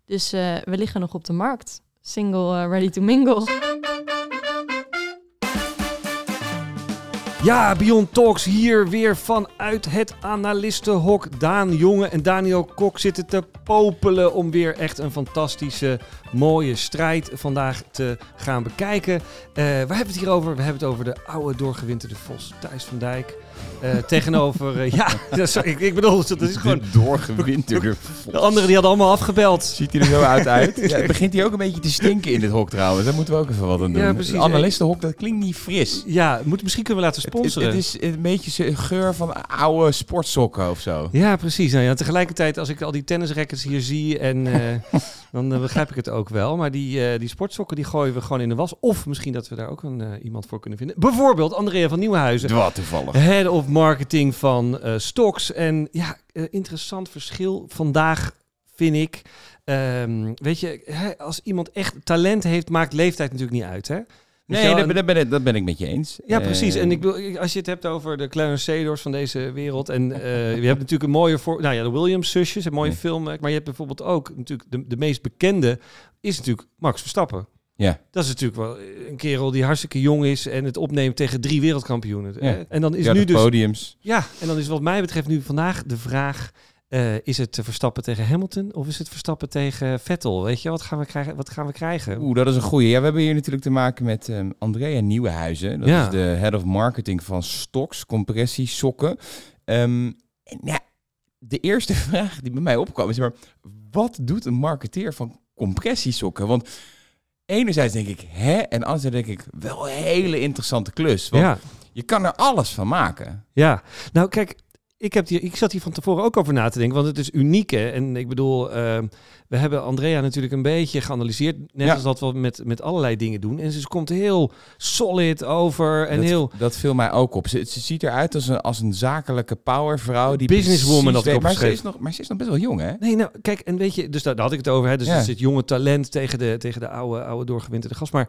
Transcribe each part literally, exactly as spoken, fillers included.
Dus uh, we liggen nog op de markt. Single uh, ready to mingle. Ja, Beyond Talks hier weer vanuit het analistenhok. Daan Jonge en Daniel Kok zitten te popelen om weer echt een fantastische, mooie strijd vandaag te gaan bekijken. Uh, waar hebben we het hier over? We hebben het over de oude doorgewinterde Vos, Thijs van Dijk. Uh, tegenover, uh, ja, ik, ik bedoel, dat is gewoon... De doorgewinterde Vos. De anderen die hadden allemaal afgebeld. Ziet hij er zo uit uit? Ja, begint hij ook een beetje te stinken in dit hok trouwens. Daar moeten we ook even wat aan doen. Ja, precies. Het analistenhok, dat klinkt niet fris. Ja, moet, misschien kunnen we laten sponsoren. Het, het, het is een beetje een geur van oude sportsokken of zo. Ja, precies. Nou ja, tegelijkertijd, als ik al die tennisrackets hier zie, en, uh, dan uh, begrijp ik het ook wel. Maar die, uh, die sportsokken die gooien we gewoon in de was. Of misschien dat we daar ook een, uh, iemand voor kunnen vinden. Bijvoorbeeld Andrea van Nieuwenhuizen. Wat toevallig. Head of Marketing van uh, Stocks. En ja, uh, interessant verschil vandaag vind ik. Um, weet je, hè, als iemand echt talent heeft, maakt leeftijd natuurlijk niet uit, hè? Nee, dat, dat, ben ik, dat ben ik met je eens. Ja, precies. En ik wil, als je het hebt over de Clarence Seedorfs van deze wereld. En uh, je hebt natuurlijk een mooie... Voor, nou ja, de Williams-zusjes, een mooie nee. film. Maar je hebt bijvoorbeeld ook... natuurlijk de, de meest bekende is natuurlijk Max Verstappen. Ja. Dat is natuurlijk wel een kerel die hartstikke jong is en het opneemt tegen drie wereldkampioenen. Ja. En dan is ja, nu dus... podiums. Ja, en dan is wat mij betreft nu vandaag de vraag... Uh, is het Verstappen tegen Hamilton of is het Verstappen tegen Vettel? Weet je, wat gaan we krijgen? Wat gaan we krijgen? Oeh, dat is een goeie. Ja, we hebben hier natuurlijk te maken met um, Andrea Nieuwenhuizen. Dat ja. is de head of marketing van Stocks, compressiesokken. Um, en ja, de eerste vraag die bij mij opkwam is maar, wat doet een marketeer van compressiesokken? Want enerzijds denk ik, hè? En anderzijds denk ik, wel een hele interessante klus. Want ja. je kan er alles van maken. Ja, nou kijk... Ik, heb die, ik zat hier van tevoren ook over na te denken, want het is uniek. Hè? En ik bedoel, uh, we hebben Andrea natuurlijk een beetje geanalyseerd. Net ja. als dat we met, met allerlei dingen doen. En ze komt heel solid over. En dat, heel... dat viel mij ook op. Ze, ze ziet eruit als een, als een zakelijke powervrouw. Die businesswoman dat ik weet, maar ze, is nog, maar ze is nog best wel jong, hè? Nee, nou, kijk, en weet je, dus daar, daar had ik het over. Hè? Dus ja. er zit jonge talent tegen de, tegen de oude, oude doorgewinterde gast. Maar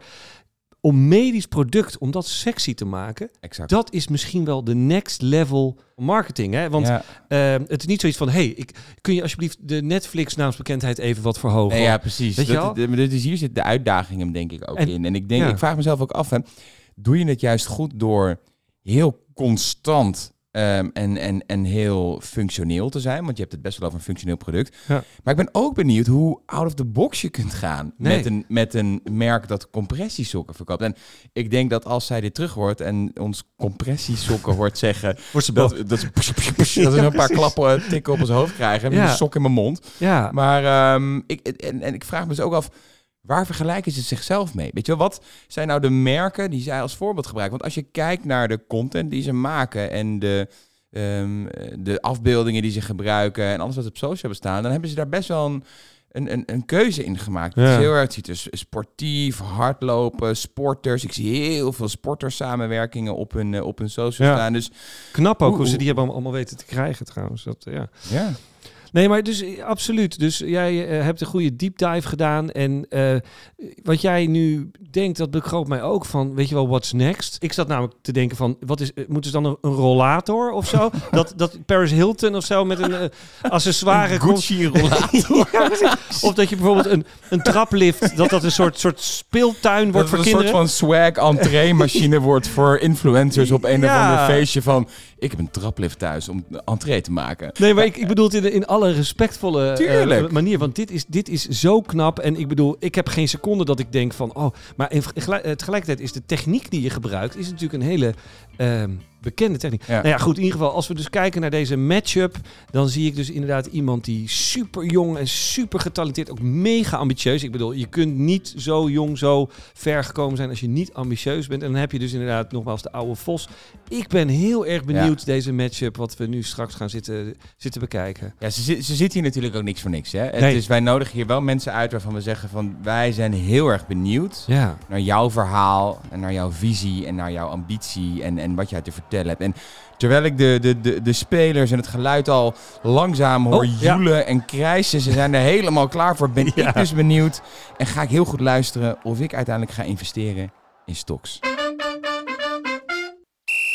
om medisch product, om dat sexy te maken, exact. Dat is misschien wel de next level marketing. Hè? Want ja. uh, het is niet zoiets van, hey, ik, kun je alsjeblieft de Netflix naamsbekendheid even wat verhogen? Nee, ja, precies. Weet je dat, de, de, dus hier zit de uitdaging hem denk ik ook en, in. En ik denk, ja. ik vraag mezelf ook af, hè, doe je het juist goed door heel constant Um, en, en, en heel functioneel te zijn, want je hebt het best wel over een functioneel product. Ja. Maar ik ben ook benieuwd hoe out of the box je kunt gaan nee. met, een, met een merk dat compressiesokken verkoopt. En ik denk dat als zij dit terug hoort en ons compressiesokken hoort zeggen, dat, dat, dat, dat we een paar klappen tikken op ons hoofd krijgen, met ja. een sok in mijn mond. Ja. Maar um, ik, en, en ik vraag me dus ook af, waar vergelijken ze zichzelf mee? Weet je wel, wat zijn nou de merken die zij als voorbeeld gebruiken? Want als je kijkt naar de content die ze maken en de, um, de afbeeldingen die ze gebruiken en alles wat op social hebben staan, dan hebben ze daar best wel een, een, een, een keuze in gemaakt. Ja. Het is heel erg, het ziet dus sportief, hardlopen, sporters. Ik zie heel veel sporters samenwerkingen op hun, op hun social ja. staan. Dus knap ook hoe, hoe ze die hebben allemaal weten te krijgen trouwens. Dat, ja. ja. Nee, maar dus absoluut. Dus jij uh, hebt een goede deep dive gedaan. En uh, wat jij nu denkt, dat bekroop mij ook van, weet je wel, what's next? Ik zat namelijk te denken van, wat is, moeten ze dan een, een rollator of zo? dat, dat Paris Hilton of zo met een uh, accessoire... Een Gucci-rollator. Ja, of dat je bijvoorbeeld een, een traplift, dat dat een soort, soort speeltuin wordt dat voor kinderen. Dat een soort van swag entree-machine wordt voor influencers op een ja. of ander feestje van, ik heb een traplift thuis om entree te maken. Nee, maar ik, ik bedoel het in, in alle respectvolle uh, manier, want dit is, dit is zo knap. En ik bedoel, ik heb geen seconde dat ik denk van, oh, maar in, gelijk, uh, tegelijkertijd is de techniek die je gebruikt, is natuurlijk een hele uh, bekende techniek. Ja. Nou ja, goed, in ieder geval, als we dus kijken naar deze matchup, dan zie ik dus inderdaad iemand die super jong en super getalenteerd, ook mega ambitieus. Ik bedoel, je kunt niet zo jong, zo ver gekomen zijn als je niet ambitieus bent. En dan heb je dus inderdaad nogmaals de oude Vos. Ik ben heel erg benieuwd, ja. deze matchup, wat we nu straks gaan zitten, zitten bekijken. Ja, ze, ze zit hier natuurlijk ook niks voor niks. Hè? Het nee. is, wij nodigen hier wel mensen uit waarvan we zeggen van, wij zijn heel erg benieuwd ja. naar jouw verhaal en naar jouw visie en naar jouw ambitie en, en wat je uit te vertellen hebt. En terwijl ik de, de, de, de spelers en het geluid al langzaam hoor oh, joelen ja. en krijsen, ze zijn er helemaal klaar voor, ben ja. ik dus benieuwd. En ga ik heel goed luisteren of ik uiteindelijk ga investeren in Stocks.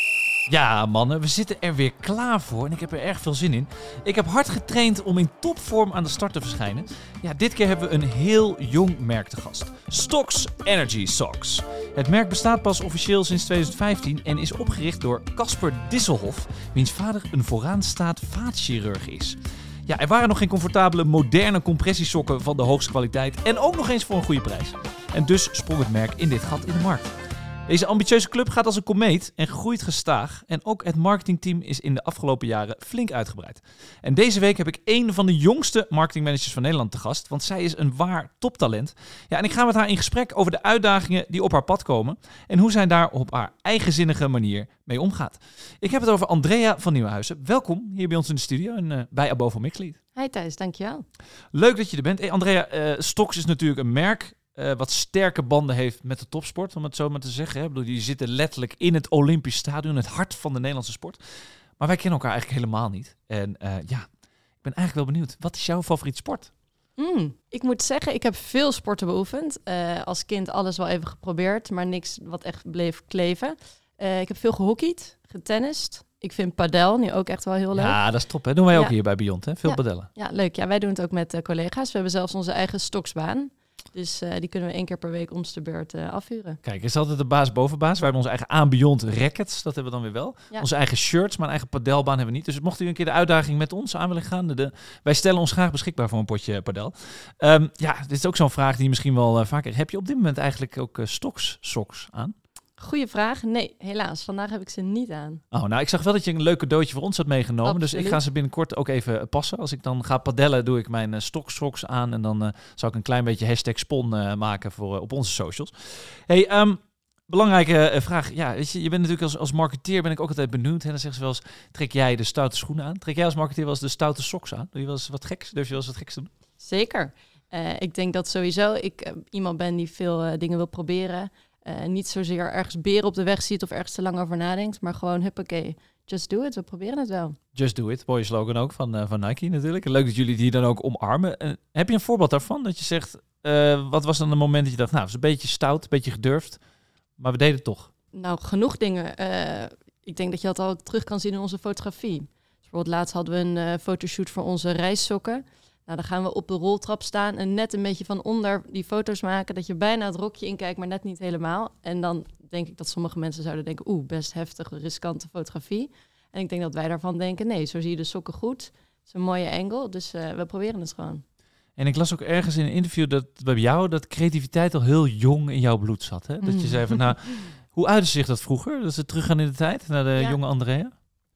Ja, mannen, we zitten er weer klaar voor en ik heb er erg veel zin in. Ik heb hard getraind om in topvorm aan de start te verschijnen. Ja, dit keer hebben we een heel jong merk te gast. Stokes Energy Socks. Het merk bestaat pas officieel sinds twintig vijftien en is opgericht door Casper Disselhoff, wiens vader een vooraanstaand vaatchirurg is. Ja, er waren nog geen comfortabele, moderne compressiesokken van de hoogste kwaliteit en ook nog eens voor een goede prijs. En dus sprong het merk in dit gat in de markt. Deze ambitieuze club gaat als een komeet en groeit gestaag. En ook het marketingteam is in de afgelopen jaren flink uitgebreid. En deze week heb ik een van de jongste marketingmanagers van Nederland te gast, want zij is een waar toptalent. Ja, en ik ga met haar in gesprek over de uitdagingen die op haar pad komen en hoe zij daar op haar eigenzinnige manier mee omgaat. Ik heb het over Andrea van Nieuwenhuizen. Welkom hier bij ons in de studio en uh, bij Above Mixlead. Hi Thijs, dankjewel. Leuk dat je er bent. Hey Andrea, uh, Stokes is natuurlijk een merk Uh, wat sterke banden heeft met de topsport, om het zo maar te zeggen. Hè. Ik bedoel, die zitten letterlijk in het Olympisch Stadion, het hart van de Nederlandse sport. Maar wij kennen elkaar eigenlijk helemaal niet. En uh, ja, ik ben eigenlijk wel benieuwd. Wat is jouw favoriet sport? Mm, ik moet zeggen, ik heb veel sporten beoefend. Uh, als kind alles wel even geprobeerd, maar niks wat echt bleef kleven. Uh, ik heb veel gehockeyd, getennist. Ik vind padel nu ook echt wel heel leuk. Ja, dat is top. Hè? Doen wij ook ja. hier bij Beyond, hè? Veel ja. padellen. Ja, leuk. Ja, wij doen het ook met uh, collega's. We hebben zelfs onze eigen stoksbaan. Dus uh, die kunnen we één keer per week ons de beurt uh, afvuren. Kijk, is altijd de baas boven baas. Wij hebben onze eigen aan Beyond rackets. Dat hebben we dan weer wel. Ja. Onze eigen shirts, maar een eigen padelbaan hebben we niet. Dus mocht u een keer de uitdaging met ons aan willen gaan. De, de, wij stellen ons graag beschikbaar voor een potje padel. Um, ja, dit is ook zo'n vraag die je misschien wel uh, vaker... Heb je op dit moment eigenlijk ook uh, Stokes socks aan? Goeie vraag. Nee, helaas. Vandaag heb ik ze niet aan. Oh, nou, ik zag wel dat je een leuk cadeautje voor ons had meegenomen. Absoluut. Dus ik ga ze binnenkort ook even passen. Als ik dan ga padellen, doe ik mijn uh, Stokes aan. En dan uh, zal ik een klein beetje hashtag spon uh, maken voor, uh, op onze socials. Hey, um, belangrijke uh, vraag. Ja, weet je, je bent natuurlijk als, als marketeer ben ik ook altijd benieuwd. Hè? Dan zeggen ze wel eens, trek jij de stoute schoenen aan? Trek jij als marketeer wel eens de stoute socks aan? Doe je wel eens wat geks? Durf je wel eens wat geks te doen? Zeker. Uh, ik denk dat sowieso ik uh, iemand ben die veel uh, dingen wil proberen. Uh, niet zozeer ergens beren op de weg ziet of ergens te lang over nadenkt, maar gewoon huppakee, just do it, we proberen het wel. Just do it, mooie slogan ook van, uh, van Nike natuurlijk. Leuk dat jullie die dan ook omarmen. Uh, heb je een voorbeeld daarvan, dat je zegt, uh, wat was dan een moment dat je dacht, nou, het is een beetje stout, een beetje gedurfd, maar we deden het toch? Nou, genoeg dingen. Uh, ik denk dat je dat al terug kan zien in onze fotografie. Dus bijvoorbeeld laatst hadden we een uh, fotoshoot voor onze reissokken. Nou, dan gaan we op de roltrap staan en net een beetje van onder die foto's maken, dat je bijna het rokje inkijkt, maar net niet helemaal. En dan denk ik dat sommige mensen zouden denken, oeh, best heftige, riskante fotografie. En ik denk dat wij daarvan denken, nee, zo zie je de sokken goed. Het is een mooie angle, dus uh, we proberen het gewoon. En ik las ook ergens in een interview dat bij jou dat creativiteit al heel jong in jouw bloed zat. Hè? Dat je zei van, nou, hoe uitte zich dat vroeger? Dat ze teruggaan in de tijd, naar de ja. jonge Andrea?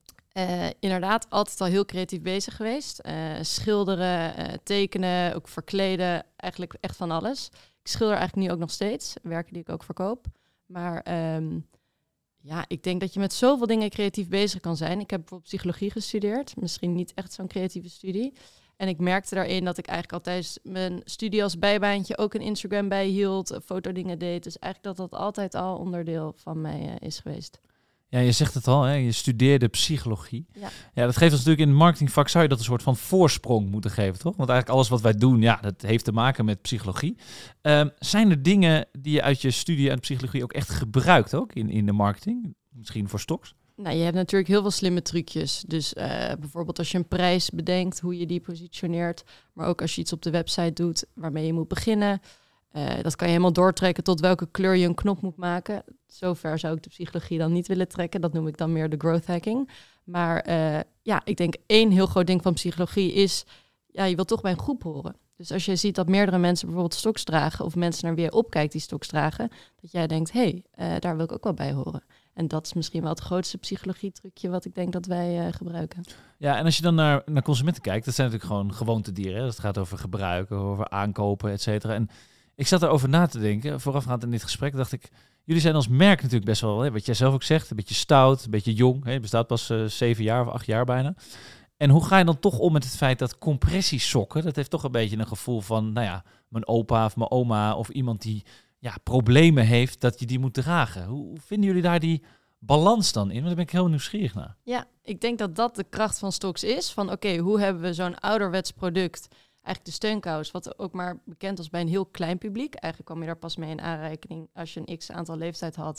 Uh, inderdaad, altijd al heel creatief bezig geweest. Uh, schilderen, uh, tekenen, ook verkleden, eigenlijk echt van alles. Ik schilder eigenlijk nu ook nog steeds, werken die ik ook verkoop. Maar um, ja, ik denk dat je met zoveel dingen creatief bezig kan zijn. Ik heb bijvoorbeeld psychologie gestudeerd, misschien niet echt zo'n creatieve studie. En ik merkte daarin dat ik eigenlijk al tijdens mijn studie als bijbaantje ook een Instagram bijhield, fotodingen deed. Dus eigenlijk dat dat altijd al onderdeel van mij uh, is geweest. Ja, je zegt het al, hè? Je studeerde psychologie. Ja. ja, dat geeft ons natuurlijk in het marketingvak, zou je dat een soort van voorsprong moeten geven, toch? Want eigenlijk alles wat wij doen, ja, dat heeft te maken met psychologie. Um, zijn er dingen die je uit je studie aan psychologie ook echt gebruikt, ook in, in de marketing? Misschien voor Stokes? Nou, je hebt natuurlijk heel veel slimme trucjes. Dus uh, bijvoorbeeld als je een prijs bedenkt, hoe je die positioneert. Maar ook als je iets op de website doet waarmee je moet beginnen. Uh, dat kan je helemaal doortrekken tot welke kleur je een knop moet maken. Zover zou ik de psychologie dan niet willen trekken. Dat noem ik dan meer de growth hacking. Maar uh, ja, ik denk één heel groot ding van psychologie is, ja, je wilt toch bij een groep horen. Dus als je ziet dat meerdere mensen bijvoorbeeld Stokes dragen, of mensen naar wie je opkijkt die Stokes dragen, dat jij denkt, hé, hey, uh, daar wil ik ook wel bij horen. En dat is misschien wel het grootste psychologie-trucje wat ik denk dat wij uh, gebruiken. Ja, en als je dan naar, naar consumenten kijkt, dat zijn natuurlijk gewoon gewoontedieren. Het gaat over gebruiken, over aankopen, et cetera. En ik zat erover na te denken, voorafgaand in dit gesprek, dacht ik, jullie zijn als merk natuurlijk best wel, hè, wat jij zelf ook zegt, een beetje stout, een beetje jong. Hè, je bestaat pas uh, zeven jaar of acht jaar bijna. En hoe ga je dan toch om met het feit dat compressiesokken, dat heeft toch een beetje een gevoel van, nou ja, mijn opa of mijn oma of iemand die ja, problemen heeft, dat je die moet dragen. Hoe, hoe vinden jullie daar die balans dan in? Want daar ben ik heel nieuwsgierig naar. Ja, ik denk dat dat de kracht van Stokes is. Van oké, okay, hoe hebben we zo'n ouderwets product, eigenlijk de steunkous, wat ook maar bekend was bij een heel klein publiek. Eigenlijk kwam je daar pas mee in aanrekening als je een x aantal leeftijd had.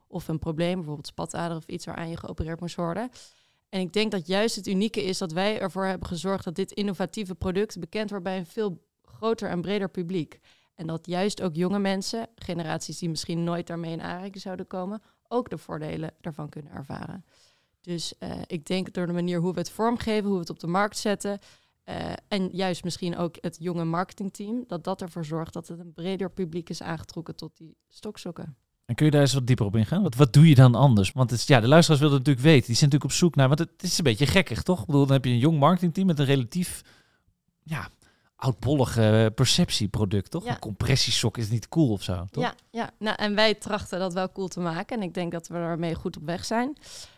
of een probleem, bijvoorbeeld spatader of iets waaraan je geopereerd moest worden. En ik denk dat juist het unieke is dat wij ervoor hebben gezorgd dat dit innovatieve product bekend wordt bij een veel groter en breder publiek. En dat juist ook jonge mensen, generaties die misschien nooit daarmee in aanraking zouden komen, ook de voordelen daarvan kunnen ervaren. Dus uh, ik denk door de manier hoe we het vormgeven, hoe we het op de markt zetten, uh, en juist misschien ook het jonge marketingteam, dat dat ervoor zorgt dat het een breder publiek is aangetrokken tot die stoksokken. En kun je daar eens wat dieper op ingaan? Wat, wat doe je dan anders? Want het is, ja, de luisteraars willen het natuurlijk weten. Die zijn natuurlijk op zoek naar, want het is een beetje gekkig, toch? Ik bedoel, dan heb je een jong marketingteam met een relatief, ja, oudbollige perceptieproduct, toch? Ja. Een compressiesok is niet cool of zo, toch? Ja, ja. Nou, en wij trachten dat wel cool te maken. En ik denk dat we daarmee goed op weg zijn.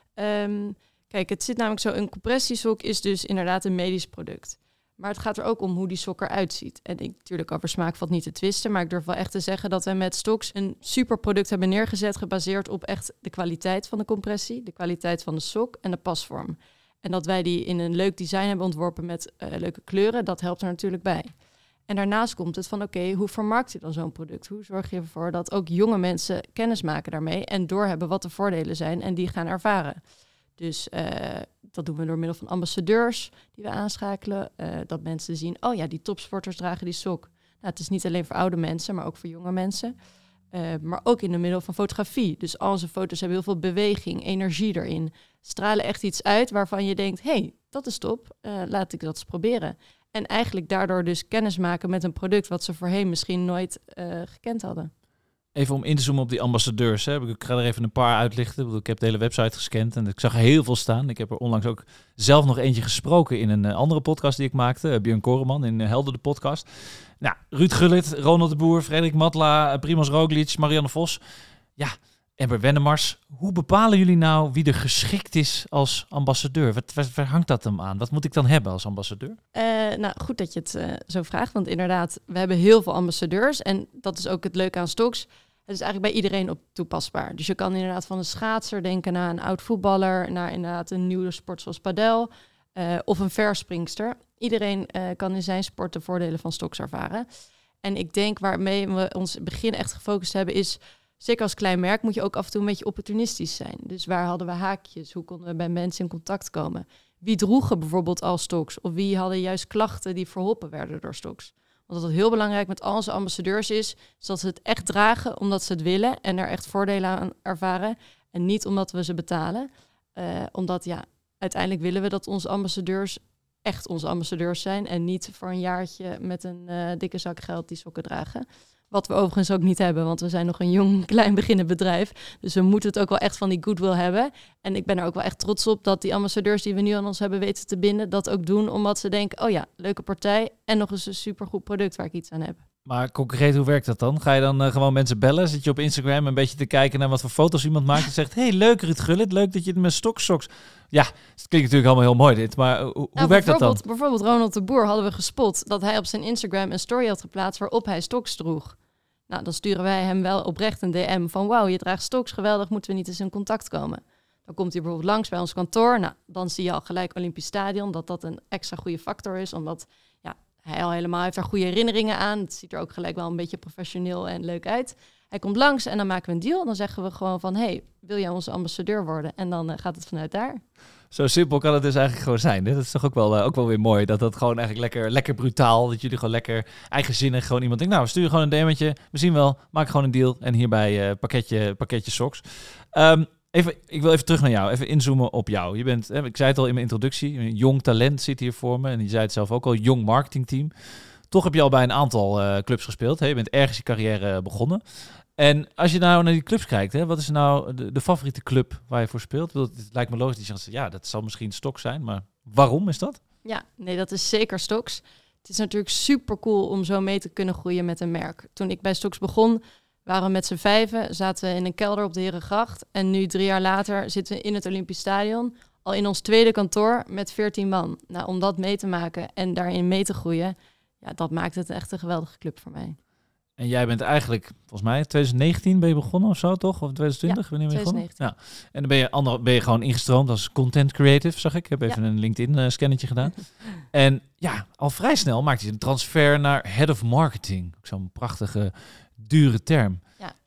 Um, kijk, het zit namelijk zo, een compressiesok is dus inderdaad een medisch product. Maar het gaat er ook om hoe die sok eruit ziet. En ik, natuurlijk over smaak valt niet te twisten, maar ik durf wel echt te zeggen dat wij met Stox een super product hebben neergezet, gebaseerd op echt de kwaliteit van de compressie, de kwaliteit van de sok en de pasvorm. En dat wij die in een leuk design hebben ontworpen met uh, leuke kleuren, dat helpt er natuurlijk bij. En daarnaast komt het van, oké, okay, hoe vermarkt je dan zo'n product? Hoe zorg je ervoor dat ook jonge mensen kennis maken daarmee en doorhebben wat de voordelen zijn en die gaan ervaren? Dus uh, dat doen we door middel van ambassadeurs die we aanschakelen. Uh, dat mensen zien, oh ja, die topsporters dragen die sok. Nou, het is niet alleen voor oude mensen, maar ook voor jonge mensen. Uh, maar ook in de middel van fotografie. Dus al onze foto's hebben heel veel beweging, energie erin. Stralen echt iets uit waarvan je denkt, hé, hey, dat is top, uh, laat ik dat eens proberen. En eigenlijk daardoor dus kennis maken met een product wat ze voorheen misschien nooit uh, gekend hadden. Even om in te zoomen op die ambassadeurs. Hè. Ik ga er even een paar uitlichten. Ik heb de hele website gescand en ik zag er heel veel staan. Ik heb er onlangs ook zelf nog eentje gesproken in een andere podcast die ik maakte. Björn Koreman in Helder de podcast. Nou, Ruud Gullit, Ronald de Boer, Frederik Matla, Primoz Roglic, Marianne Vos. Ja, Amber Wennemars. Hoe bepalen jullie nou wie er geschikt is als ambassadeur? Wat, waar, waar hangt dat hem aan? Wat moet ik dan hebben als ambassadeur? Uh, nou, goed dat je het uh, zo vraagt. Want inderdaad, we hebben heel veel ambassadeurs. En dat is ook het leuke aan Stox. Het is eigenlijk bij iedereen op toepasbaar. Dus je kan inderdaad van een schaatser denken naar een oud voetballer, naar inderdaad een nieuwe sport zoals padel uh, of een verspringster. Iedereen uh, kan in zijn sport de voordelen van Stox ervaren. En ik denk waarmee we ons begin echt gefocust hebben is, zeker als klein merk moet je ook af en toe een beetje opportunistisch zijn. Dus waar hadden we haakjes? Hoe konden we bij mensen in contact komen? Wie droegen bijvoorbeeld al Stox? Of wie hadden juist klachten die verholpen werden door Stox? Want wat heel belangrijk met al onze ambassadeurs is, is dat ze het echt dragen omdat ze het willen en er echt voordelen aan ervaren. En niet omdat we ze betalen. Uh, omdat ja, uiteindelijk willen we dat onze ambassadeurs echt onze ambassadeurs zijn en niet voor een jaartje met een uh, dikke zak geld die sokken dragen. Wat we overigens ook niet hebben, want we zijn nog een jong, klein beginnend bedrijf. Dus we moeten het ook wel echt van die goodwill hebben. En ik ben er ook wel echt trots op dat die ambassadeurs die we nu aan ons hebben weten te binden, dat ook doen omdat ze denken, oh ja, leuke partij en nog eens een supergoed product waar ik iets aan heb. Maar concreet, hoe werkt dat dan? Ga je dan uh, gewoon mensen bellen? Zit je op Instagram een beetje te kijken naar wat voor foto's iemand maakt en zegt, hey, leuk Ruud Gullit, leuk dat je het met Stox. Ja, het klinkt natuurlijk allemaal heel mooi dit, maar uh, hoe nou, werkt dat dan? Bijvoorbeeld Ronald de Boer hadden we gespot dat hij op zijn Instagram een story had geplaatst waarop hij Stox droeg. Nou, dan sturen wij hem wel oprecht een D M van, wauw, je draagt Stox, geweldig, moeten we niet eens in contact komen? Dan komt hij bijvoorbeeld langs bij ons kantoor. Nou, dan zie je al gelijk Olympisch Stadion, dat dat een extra goede factor is, omdat ja, hij al helemaal heeft daar goede herinneringen aan. Het ziet er ook gelijk wel een beetje professioneel en leuk uit. Hij komt langs en dan maken we een deal. Dan zeggen we gewoon van, hey, wil jij onze ambassadeur worden? En dan uh, gaat het vanuit daar. Zo simpel kan het dus eigenlijk gewoon zijn. Hè? Dat is toch ook wel, uh, ook wel weer mooi. Dat dat gewoon eigenlijk lekker, lekker brutaal. Dat jullie gewoon lekker eigenzinnig gewoon iemand denkt, nou, stuur gewoon een D M'tje. We zien wel, maak gewoon een deal. En hierbij uh, pakketje, pakketje socks. Um, even, ik wil even terug naar jou. Even inzoomen op jou. Je bent, hè, ik zei het al in mijn introductie, een jong talent zit hier voor me. En je zei het zelf ook al, jong marketingteam. Toch heb je al bij een aantal uh, clubs gespeeld. Hè? Je bent ergens je carrière begonnen. En als je nou naar die clubs kijkt, hè, wat is nou de, de favoriete club waar je voor speelt? Het lijkt me logisch dat je zegt, ja, dat zal misschien Stox zijn, maar waarom is dat? Ja, nee, dat is zeker Stox. Het is natuurlijk super cool om zo mee te kunnen groeien met een merk. Toen ik bij Stox begon, waren we met z'n vijven, zaten we in een kelder op de Herengracht. En nu, drie jaar later, zitten we in het Olympisch Stadion, al in ons tweede kantoor met veertien man. Nou, om dat mee te maken en daarin mee te groeien, ja, dat maakt het echt een geweldige club voor mij. En jij bent eigenlijk, volgens mij, twintig negentien ben je begonnen of zo, toch? Of twintig twintig? Ja, wanneer ben je twintig negentien. Ja. En dan ben je, ander, ben je gewoon ingestroomd als content creative, zag ik. Ik heb even ja. een LinkedIn-scannetje gedaan. En ja, al vrij snel maakte je een transfer naar head of marketing. Zo'n prachtige, dure term. Ja.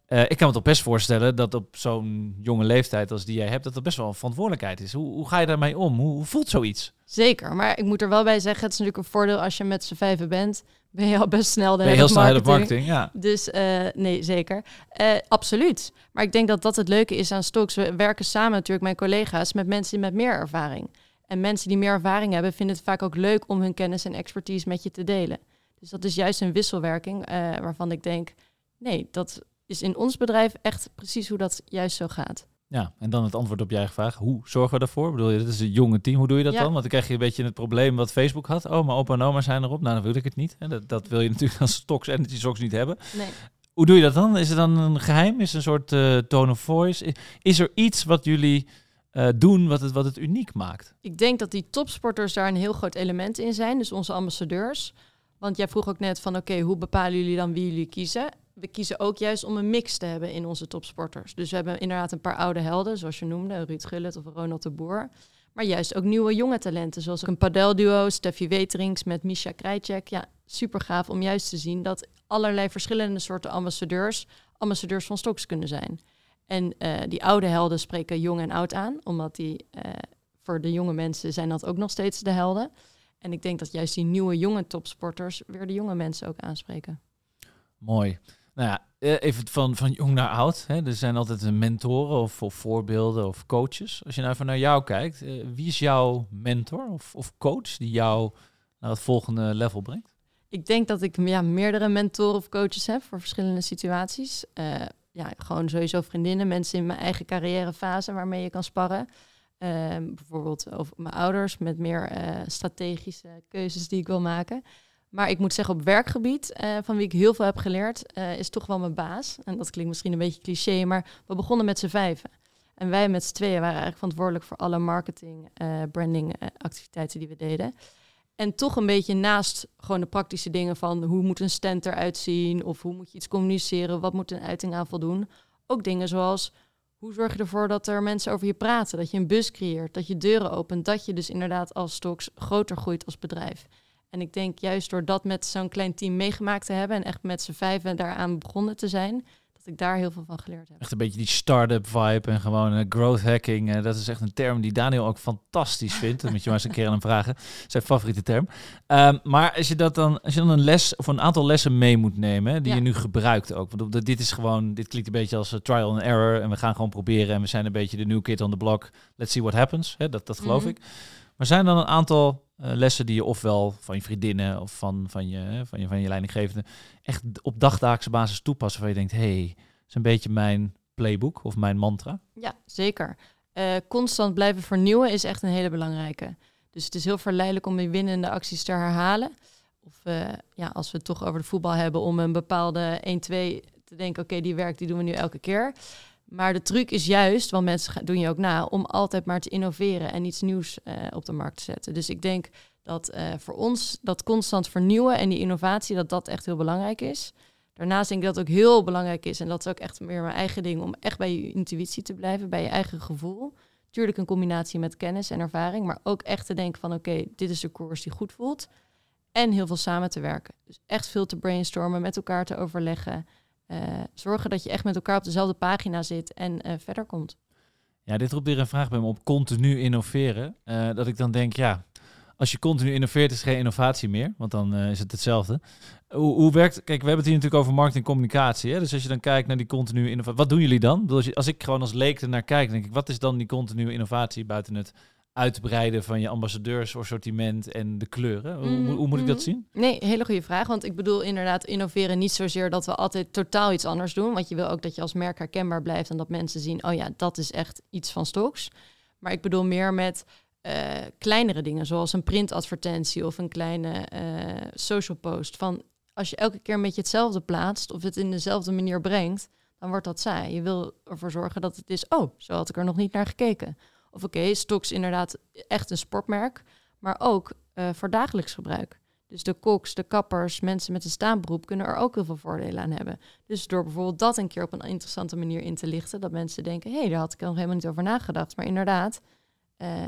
Uh, ik kan me toch best voorstellen dat op zo'n jonge leeftijd als die jij hebt, dat dat best wel een verantwoordelijkheid is. Hoe, hoe ga je daarmee om? Hoe, hoe voelt zoiets? Zeker, maar ik moet er wel bij zeggen, het is natuurlijk een voordeel als je met z'n vijven bent. Ben je al best snel de ben je heel snel head of marketing, ja. Dus uh, nee, zeker. Uh, absoluut. Maar ik denk dat dat het leuke is aan Stocks. We werken samen natuurlijk, mijn collega's, met mensen met meer ervaring. En mensen die meer ervaring hebben, vinden het vaak ook leuk om hun kennis en expertise met je te delen. Dus dat is juist een wisselwerking uh, waarvan ik denk, nee, dat is in ons bedrijf echt precies hoe dat juist zo gaat. Ja, en dan het antwoord op je eigen vraag. Hoe zorgen we daarvoor? Ik bedoel, dit is een jonge team. Hoe doe je dat ja. dan? Want dan krijg je een beetje het probleem wat Facebook had. Oh, mijn opa en oma zijn erop. Nou, dan wil ik het niet. Dat, dat wil je natuurlijk als Stocks Energy Socks niet hebben. Nee. Hoe doe je dat dan? Is het dan een geheim? Is het een soort uh, tone of voice? Is er iets wat jullie uh, doen wat het, wat het uniek maakt? Ik denk dat die topsporters daar een heel groot element in zijn. Dus onze ambassadeurs. Want jij vroeg ook net van, oké, okay, hoe bepalen jullie dan wie jullie kiezen? We kiezen ook juist om een mix te hebben in onze topsporters. Dus we hebben inderdaad een paar oude helden, zoals je noemde, Ruud Gullit of Ronald de Boer. Maar juist ook nieuwe jonge talenten, zoals een padelduo, Steffi Weterings met Misha Krajcek. Ja, super gaaf om juist te zien dat allerlei verschillende soorten ambassadeurs, ambassadeurs van Stocks kunnen zijn. En uh, die oude helden spreken jong en oud aan, omdat die uh, voor de jonge mensen zijn dat ook nog steeds de helden. En ik denk dat juist die nieuwe jonge topsporters weer de jonge mensen ook aanspreken. Mooi. Nou ja, even van, van jong naar oud. Hè. Er zijn altijd mentoren of, of voorbeelden of coaches. Als je nou even naar jou kijkt, uh, wie is jouw mentor of, of coach die jou naar het volgende level brengt? Ik denk dat ik ja, meerdere mentoren of coaches heb voor verschillende situaties. Uh, ja, gewoon sowieso vriendinnen, mensen in mijn eigen carrièrefase waarmee je kan sparren. Uh, bijvoorbeeld over mijn ouders met meer uh, strategische keuzes die ik wil maken. Maar ik moet zeggen, op werkgebied, uh, van wie ik heel veel heb geleerd, uh, is toch wel mijn baas. En dat klinkt misschien een beetje cliché, maar we begonnen met z'n vijven. En wij met z'n tweeën waren eigenlijk verantwoordelijk voor alle marketing, uh, branding uh, activiteiten die we deden. En toch een beetje naast gewoon de praktische dingen van hoe moet een stand eruit zien of hoe moet je iets communiceren, wat moet een uiting aan voldoen. Ook dingen zoals, hoe zorg je ervoor dat er mensen over je praten, dat je een bus creëert, dat je deuren opent, dat je dus inderdaad als Stocks groter groeit als bedrijf. En ik denk juist door dat met zo'n klein team meegemaakt te hebben en echt met z'n vijven daaraan begonnen te zijn, dat ik daar heel veel van geleerd heb. Echt een beetje die start-up vibe en gewoon uh, growth hacking. Uh, dat is echt een term die Daniel ook fantastisch vindt. Dat moet je maar eens een keer aan hem vragen. Zijn favoriete term. Um, maar als je dat dan, als je dan een les of een aantal lessen mee moet nemen, hè, die ja. je nu gebruikt ook. Want dit is gewoon, dit klinkt een beetje als uh, trial and error. En we gaan gewoon proberen en we zijn een beetje de new kid on the block. Let's see what happens. Hè, dat, dat geloof mm-hmm. ik. Maar zijn dan een aantal uh, lessen die je ofwel van je vriendinnen of van, van, je, van, je, van je leidinggevende echt op dagdagelijkse basis toepassen waar je denkt, hé, hey, dat is een beetje mijn playbook of mijn mantra? Ja, zeker. Uh, constant blijven vernieuwen is echt een hele belangrijke. Dus het is heel verleidelijk om die winnende acties te herhalen. Of uh, ja, als we het toch over de voetbal hebben, om een bepaalde één twee te denken, oké, okay, die werkt, die doen we nu elke keer. Maar de truc is juist, want mensen doen je ook na, om altijd maar te innoveren en iets nieuws uh, op de markt te zetten. Dus ik denk dat uh, voor ons dat constant vernieuwen en die innovatie, dat dat echt heel belangrijk is. Daarnaast denk ik dat het ook heel belangrijk is, en dat is ook echt meer mijn eigen ding, om echt bij je intuïtie te blijven, bij je eigen gevoel. Tuurlijk een combinatie met kennis en ervaring, maar ook echt te denken van oké, okay, dit is de koers die goed voelt. En heel veel samen te werken. Dus echt veel te brainstormen, met elkaar te overleggen. Uh, zorgen dat je echt met elkaar op dezelfde pagina zit en uh, verder komt. Ja, dit roept weer een vraag bij me op, continu innoveren. Uh, dat ik dan denk, ja, als je continu innoveert is geen innovatie meer, want dan uh, is het hetzelfde. Hoe, hoe werkt, kijk, we hebben het hier natuurlijk over marketing en communicatie. Hè? Dus als je dan kijkt naar die continue innovatie, wat doen jullie dan? Als, je, als ik gewoon als leek er naar kijk, denk ik, wat is dan die continue innovatie buiten het uitbreiden van je ambassadeursassortiment en de kleuren? Hoe, mm, hoe, hoe moet ik dat zien? Nee, hele goede vraag. Want ik bedoel inderdaad innoveren niet zozeer dat we altijd totaal iets anders doen. Want je wil ook dat je als merk herkenbaar blijft en dat mensen zien, oh ja, dat is echt iets van Stocks. Maar ik bedoel meer met uh, kleinere dingen, zoals een printadvertentie of een kleine uh, social post. Van als je elke keer een beetje hetzelfde plaatst of het in dezelfde manier brengt, dan wordt dat saai. Je wil ervoor zorgen dat het is, oh, zo had ik er nog niet naar gekeken. Of oké, okay, Stocks inderdaad echt een sportmerk, maar ook uh, voor dagelijks gebruik. Dus de koks, de kappers, mensen met een staanberoep kunnen er ook heel veel voordelen aan hebben. Dus door bijvoorbeeld dat een keer op een interessante manier in te lichten, dat mensen denken, hé, hey, daar had ik nog helemaal niet over nagedacht. Maar inderdaad, uh,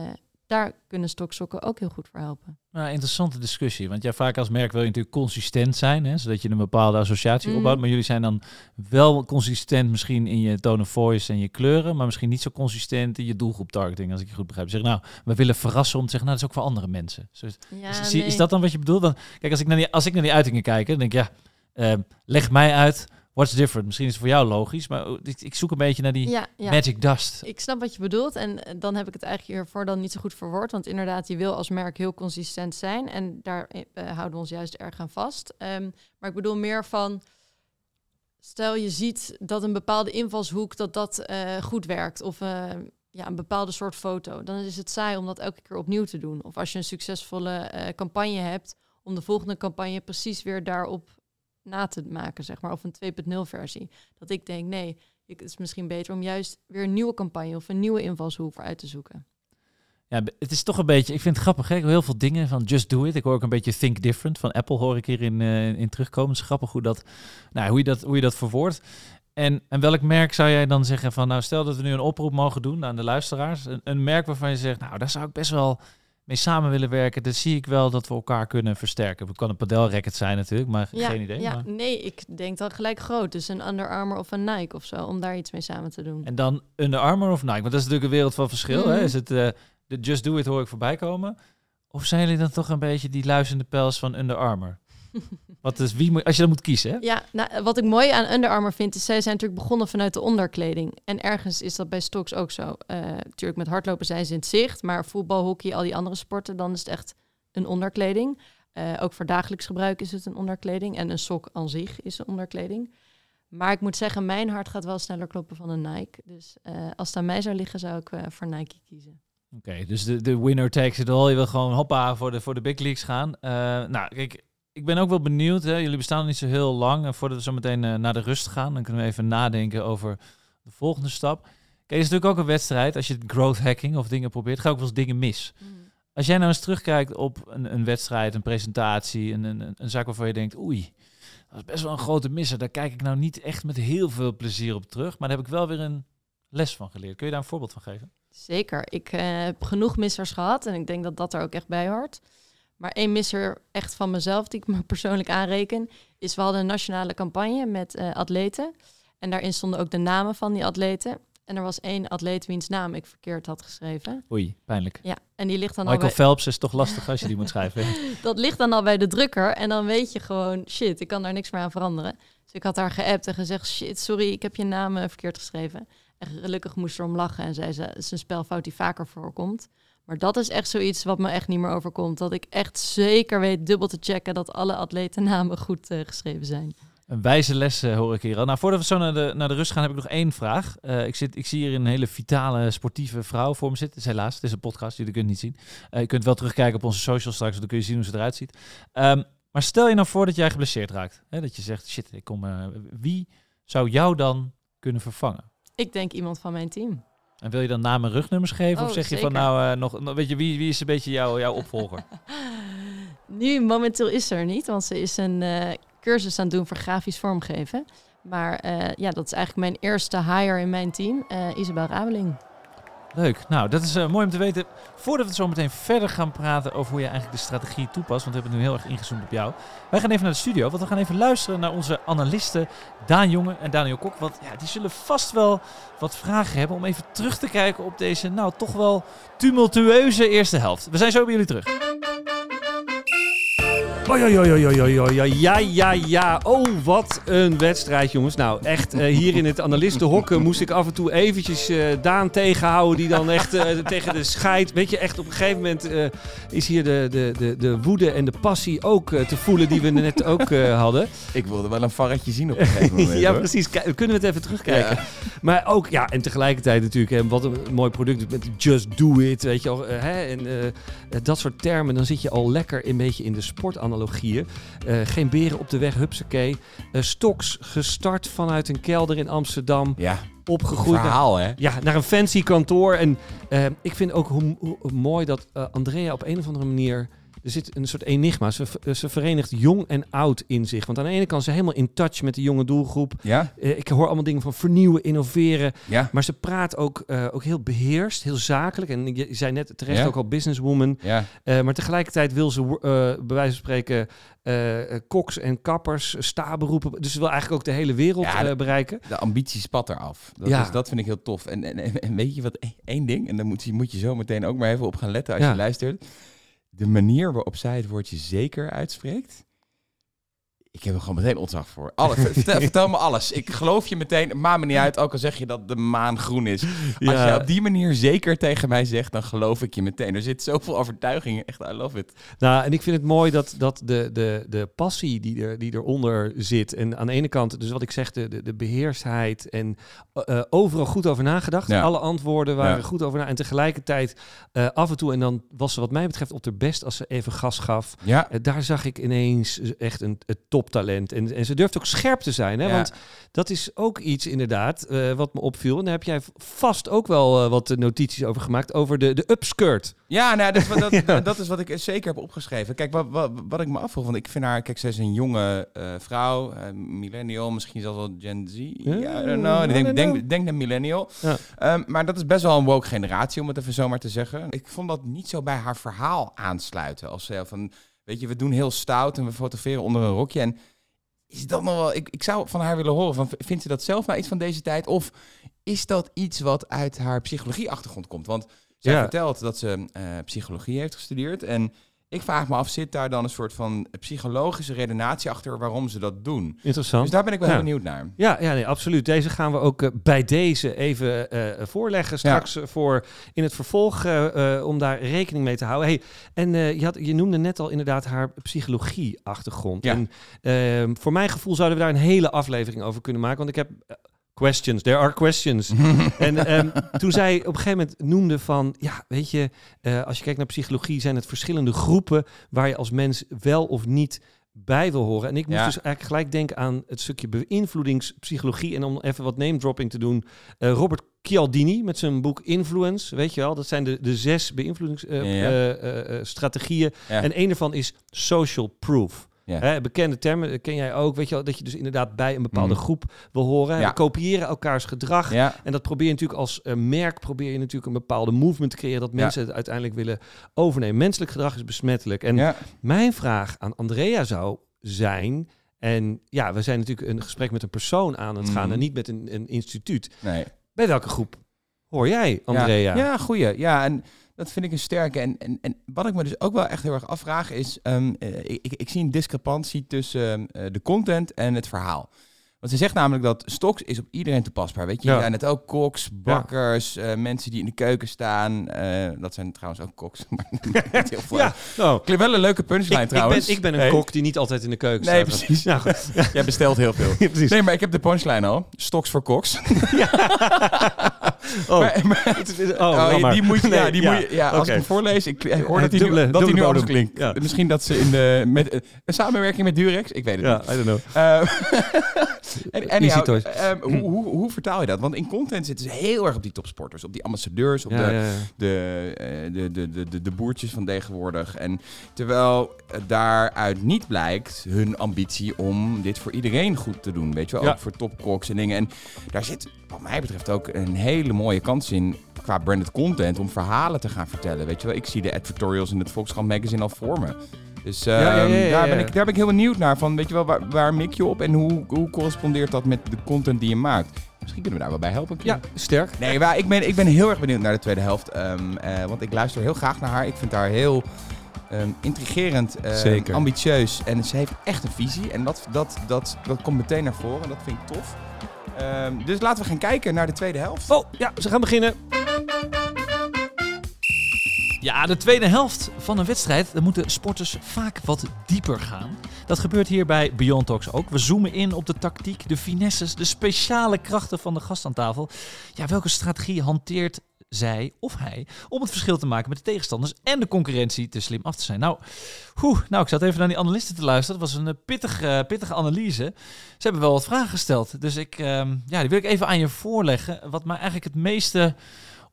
daar kunnen stoksokken ook heel goed voor helpen. Nou, interessante discussie. Want ja, vaak als merk wil je natuurlijk consistent zijn, hè, zodat je een bepaalde associatie mm. opbouwt. Maar jullie zijn dan wel consistent misschien in je tone of voice en je kleuren, maar misschien niet zo consistent in je doelgroep targeting, als ik je goed begrijp. Zeg, nou, we willen verrassen om te zeggen, nou, dat is ook voor andere mensen. Dus, ja, is, nee. is dat dan wat je bedoelt? Want, kijk, als ik naar die, als ik naar die uitingen kijk, dan denk ik, ja, uh, leg mij uit. What's different? Misschien is het voor jou logisch, maar ik, ik zoek een beetje naar die ja, ja. magic dust. Ik snap wat je bedoelt en dan heb ik het eigenlijk hiervoor dan niet zo goed verwoord. Want inderdaad, je wil als merk heel consistent zijn en daar uh, houden we ons juist erg aan vast. Um, maar ik bedoel meer van, stel je ziet dat een bepaalde invalshoek dat dat uh, goed werkt of uh, ja, een bepaalde soort foto. Dan is het saai om dat elke keer opnieuw te doen. Of als je een succesvolle uh, campagne hebt, om de volgende campagne precies weer daarop na te maken, zeg maar, of een twee punt nul versie. Dat ik denk, nee, het is misschien beter om juist weer een nieuwe campagne of een nieuwe invalshoek voor uit te zoeken. Ja, het is toch een beetje, ik vind het grappig, hè? Ik hoor heel veel dingen van Just Do It. Ik hoor ook een beetje Think Different van Apple, hoor ik hierin uh, in terugkomen. Het is grappig hoe, dat, nou, hoe, je, dat, hoe je dat verwoordt. En, en welk merk zou jij dan zeggen van, nou, stel dat we nu een oproep mogen doen aan de luisteraars. Een, een merk waarvan je zegt, nou, daar zou ik best wel mee samen willen werken, dan zie ik wel dat we elkaar kunnen versterken. Het kan een padelracket zijn natuurlijk, maar ja, geen idee. Ja, maar... nee, ik denk dan gelijk groot. Dus een Under Armour of een Nike of zo, om daar iets mee samen te doen. En dan Under Armour of Nike, want dat is natuurlijk een wereld van verschil. Mm-hmm. Hè? Is het uh, de Just Do It hoor ik voorbij komen? Of zijn jullie dan toch een beetje die luizende pels van Under Armour? Wat is, wie moet, als je dan moet kiezen, hè? Ja, nou, wat ik mooi aan Under Armour vind, is zij zijn natuurlijk begonnen vanuit de onderkleding. En ergens is dat bij Stokes ook zo. Uh, natuurlijk, met hardlopen zijn ze in het zicht, maar voetbal, hockey, al die andere sporten, dan is het echt een onderkleding. Uh, ook voor dagelijks gebruik is het een onderkleding. En een sok aan zich is een onderkleding. Maar ik moet zeggen, mijn hart gaat wel sneller kloppen van een Nike. Dus uh, als het aan mij zou liggen, zou ik uh, voor Nike kiezen. Oké, okay, dus de, de winner takes it all. Je wil gewoon hoppa voor de, voor de big leagues gaan. Uh, nou, kijk, ik ben ook wel benieuwd. Hè? Jullie bestaan nog niet zo heel lang. En voordat we zo meteen uh, naar de rust gaan, dan kunnen we even nadenken over de volgende stap. Kijk, het is natuurlijk ook een wedstrijd. Als je growth hacking of dingen probeert, ga ook wel eens dingen mis. Mm. Als jij nou eens terugkijkt op een, een wedstrijd, een presentatie, een, een, een zaak waarvan je denkt, oei, dat is best wel een grote misser. Daar kijk ik nou niet echt met heel veel plezier op terug. Maar daar heb ik wel weer een les van geleerd. Kun je daar een voorbeeld van geven? Zeker. Ik uh, heb genoeg missers gehad en ik denk dat dat er ook echt bij hoort. Maar één misser echt van mezelf, die ik me persoonlijk aanreken, is we hadden een nationale campagne met uh, atleten. En daarin stonden ook de namen van die atleten. En er was één atleet wiens naam ik verkeerd had geschreven. Oei, pijnlijk. Ja, en die ligt dan Michael al bij... Phelps is toch lastig als je die moet schrijven. Dat ligt dan al bij de drukker. En dan weet je gewoon, shit, ik kan daar niks meer aan veranderen. Dus ik had haar geappt en gezegd, shit, sorry, ik heb je naam uh, verkeerd geschreven. En gelukkig moest ze erom lachen en zei ze, het is een spelfout die vaker voorkomt. Maar dat is echt zoiets wat me echt niet meer overkomt. Dat ik echt zeker weet dubbel te checken dat alle atletennamen goed uh, geschreven zijn. Een wijze les uh, hoor ik hier al. Nou, voordat we zo naar de, naar de rust gaan, heb ik nog één vraag. Uh, ik, zit, ik zie hier een hele vitale, sportieve vrouw voor me zitten. Het is helaas, het is een podcast, jullie kunnen het niet zien. Uh, je kunt wel terugkijken op onze socials straks, dan kun je zien hoe ze eruit ziet. Um, maar stel je nou voor dat jij geblesseerd raakt. Hè, dat je zegt, shit, ik kom, uh, wie zou jou dan kunnen vervangen? Ik denk iemand van mijn team. En wil je dan namen en rugnummers geven? Oh, of zeg zeker. je van nou, uh, nog, weet je, wie, wie is een beetje jouw, jouw opvolger? Nu, momenteel is ze er niet, want ze is een uh, cursus aan het doen voor grafisch vormgeven. Maar uh, ja, dat is eigenlijk mijn eerste hire in mijn team, uh, Isabel Rabeling. Leuk. Nou, dat is uh, mooi om te weten. Voordat we zo meteen verder gaan praten over hoe je eigenlijk de strategie toepast, want we hebben nu heel erg ingezoomd op jou. Wij gaan even naar de studio, want we gaan even luisteren naar onze analisten Daan Jonge en Daniel Kok. Want ja, die zullen vast wel wat vragen hebben om even terug te kijken op deze, nou, toch wel tumultueuze eerste helft. We zijn zo bij jullie terug. Oh, ja, ja, ja, ja, ja, ja, ja, ja. Oh, wat een wedstrijd, jongens. Nou, echt, uh, hier in het analistenhok moest ik af en toe eventjes uh, Daan tegenhouden, die dan echt uh, tegen de scheid... Weet je, echt op een gegeven moment uh, is hier de, de, de, de woede en de passie ook uh, te voelen die we net ook uh, hadden. Ik wilde wel een varretje zien op een gegeven moment. Ja, hoor. precies. K- kunnen we het even terugkijken. Ja. Maar ook, ja, en tegelijkertijd natuurlijk, hè, wat een mooi product met Just Do It, weet je wel. Uh, hè, en uh, dat soort termen, dan zit je al lekker een beetje in de sportanalogieën. Uh, geen beren op de weg, hupsakee. Uh, Stokes gestart vanuit een kelder in Amsterdam. Ja, opgegroeid. verhaal, naar, hè? Ja, naar een fancy kantoor. En uh, ik vind ook hoe, hoe mooi dat uh, Andrea op een of andere manier er zit een soort enigma. Ze, ze verenigt jong en oud in zich. Want aan de ene kant is ze helemaal in touch met de jonge doelgroep. Ja? Uh, ik hoor allemaal dingen van vernieuwen, innoveren. Ja. Maar ze praat ook, uh, ook heel beheerst, heel zakelijk. En je zei net terecht ja. ook al businesswoman. Ja. Uh, maar tegelijkertijd wil ze, uh, bij wijze van spreken, uh, koks en kappers, staberoepen. Dus ze wil eigenlijk ook de hele wereld ja, de, uh, bereiken. De ambitie spat eraf. Dat, ja. is, dat vind ik heel tof. En, en, en weet je wat, één ding, en daar moet je, moet je zo meteen ook maar even op gaan letten als ja. je luistert. De manier waarop zij het woordje zeker uitspreekt. Ik heb er gewoon meteen ontzag voor. Alles, vertel, vertel me alles. Ik geloof je meteen. Maakt me niet uit, ook al zeg je dat de maan groen is. Ja. Als je op die manier zeker tegen mij zegt, dan geloof ik je meteen. Er zit zoveel overtuiging. Echt, I love it. Nou, en ik vind het mooi dat, dat de, de, de passie die, er, die eronder zit. En aan de ene kant, dus wat ik zeg, de, de, de beheersheid. En uh, overal goed over nagedacht. Ja. Alle antwoorden waren ja. goed over na. En tegelijkertijd uh, af en toe, en dan was ze wat mij betreft op haar best als ze even gas gaf. Ja. Uh, daar zag ik ineens echt een, een top talent. En, en ze durft ook scherp te zijn. Hè? Ja. Want dat is ook iets inderdaad uh, wat me opviel. En daar heb jij vast ook wel uh, wat notities over gemaakt. Over de, de upskirt. Ja, nou, dat, dat, ja. dat is wat ik zeker heb opgeschreven. Kijk, wat, wat, wat ik me afvroeg. Want ik vind haar, kijk, zij is een jonge uh, vrouw. Uh, millennial, misschien zelfs wel Gen Z. Ja, yeah, I don't know. Ik denk, denk, denk naar millennial. Ja. Um, maar dat is best wel een woke generatie, om het even zo maar te zeggen. Ik vond dat niet zo bij haar verhaal aansluiten. Als ze van... Weet je, we doen heel stout en we fotograferen onder een rokje. En is dat nog wel... Ik, ik zou van haar willen horen, van, vindt ze dat zelf nou iets van deze tijd? Of is dat iets wat uit haar psychologie-achtergrond komt? Want zij ja. vertelt dat ze uh, psychologie heeft gestudeerd. En ik vraag me af, zit daar dan een soort van psychologische redenatie achter waarom ze dat doen? Interessant. Dus daar ben ik wel ja. heel benieuwd naar. Ja, ja nee, absoluut. Deze gaan we ook uh, bij deze even uh, voorleggen. Straks ja. voor in het vervolg uh, uh, om daar rekening mee te houden. Hey, en uh, je, had, je noemde net al inderdaad haar psychologie-achtergrond. Ja. En uh, voor mijn gevoel zouden we daar een hele aflevering over kunnen maken. Want ik heb... Uh, Questions, there are questions. en um, toen zij op een gegeven moment noemde van... ja, weet je, uh, als je kijkt naar psychologie... zijn het verschillende groepen... waar je als mens wel of niet bij wil horen. En ik moest ja. dus eigenlijk gelijk denken aan het stukje beïnvloedingspsychologie... en om even wat name dropping te doen... Uh, Robert Cialdini met zijn boek Influence, weet je wel? Dat zijn de, de zes beïnvloedingsstrategieën. Uh, ja, ja. uh, uh, ja. En een daarvan is social proof. Ja. Hè, bekende termen, ken jij ook, weet je wel, dat je dus inderdaad bij een bepaalde mm. groep wil horen. Ja. We kopiëren elkaars gedrag. Ja. En dat probeer je natuurlijk als uh, merk, probeer je natuurlijk een bepaalde movement te creëren, dat mensen ja. het uiteindelijk willen overnemen. Menselijk gedrag is besmettelijk. En ja. mijn vraag aan Andrea zou zijn, en ja, we zijn natuurlijk een gesprek met een persoon aan het gaan mm. en niet met een, een instituut. Nee. Bij welke groep hoor jij, Andrea? Ja, ja goeie. Ja, en dat vind ik een sterke. En, en, en wat ik me dus ook wel echt heel erg afvraag is... Um, uh, ik, ik zie een discrepantie tussen uh, de content en het verhaal. Want ze zegt namelijk dat Stocks is op iedereen toepasbaar. Weet je, ja. je zijn het ook koks, bakkers, ja. uh, mensen die in de keuken staan. Uh, dat zijn trouwens ook koks. Maar niet heel veel. Ja, nou. Klinkt wel een leuke punchline ik, trouwens. Ik ben, ik ben een hey. kok die niet altijd in de keuken nee, staat. Precies. Nou, goed. Jij bestelt heel veel. Ja, precies. Nee, maar ik heb de punchline al. Stocks voor koks. Ja. Oh, maar, maar, oh, oh die moet je, nee, ja, die ja. moet je, ja, als okay. ik hem voorlees, ik, ik hoor dat hij nu, dat hij nu anders klinkt. Ja. Misschien dat ze in de met uh, een samenwerking met Durex, ik weet het ja, niet. I don't know. Uh, en, anyhow, um, hoe, hoe, hoe vertaal je dat? Want in content zitten ze heel erg op die topsporters, op die ambassadeurs, op ja, de, ja, ja. De, uh, de, de, de, de, de boertjes van tegenwoordig. En terwijl uh, daaruit niet blijkt hun ambitie om dit voor iedereen goed te doen, weet je wel, ja. ook voor topkoks en dingen. En daar zit, wat mij betreft, ook een hele mooie kans in qua branded content om verhalen te gaan vertellen. Weet je wel, ik zie de advertorials in het Volkskrant magazine al voor me. Dus uh, ja, ja, ja, ja, daar, ben ik, daar ben ik heel benieuwd naar. Van, weet je wel, waar, waar mik je op en hoe, hoe correspondeert dat met de content die je maakt? Misschien kunnen we daar wel bij helpen. Ja, sterk. Nee, maar ik ben, ik ben heel erg benieuwd naar de tweede helft. Um, uh, want ik luister heel graag naar haar. Ik vind haar heel um, intrigerend, um, ambitieus. En ze heeft echt een visie. En dat, dat, dat, dat komt meteen naar voren. En dat vind ik tof. Um, dus laten we gaan kijken naar de tweede helft. Oh, ja, ze gaan beginnen. Ja, de tweede helft van een wedstrijd, dan moeten sporters vaak wat dieper gaan. Dat gebeurt hier bij Beyond Talks ook. We zoomen in op de tactiek, de finesses, de speciale krachten van de gast aan tafel. Ja, welke strategie hanteert zij of hij om het verschil te maken met de tegenstanders en de concurrentie te slim af te zijn? Nou, whew, nou ik zat even naar die analisten te luisteren. Dat was een pittige, pittige analyse. Ze hebben wel wat vragen gesteld. Dus ik, um, ja, die wil ik even aan je voorleggen. Wat mij eigenlijk het meeste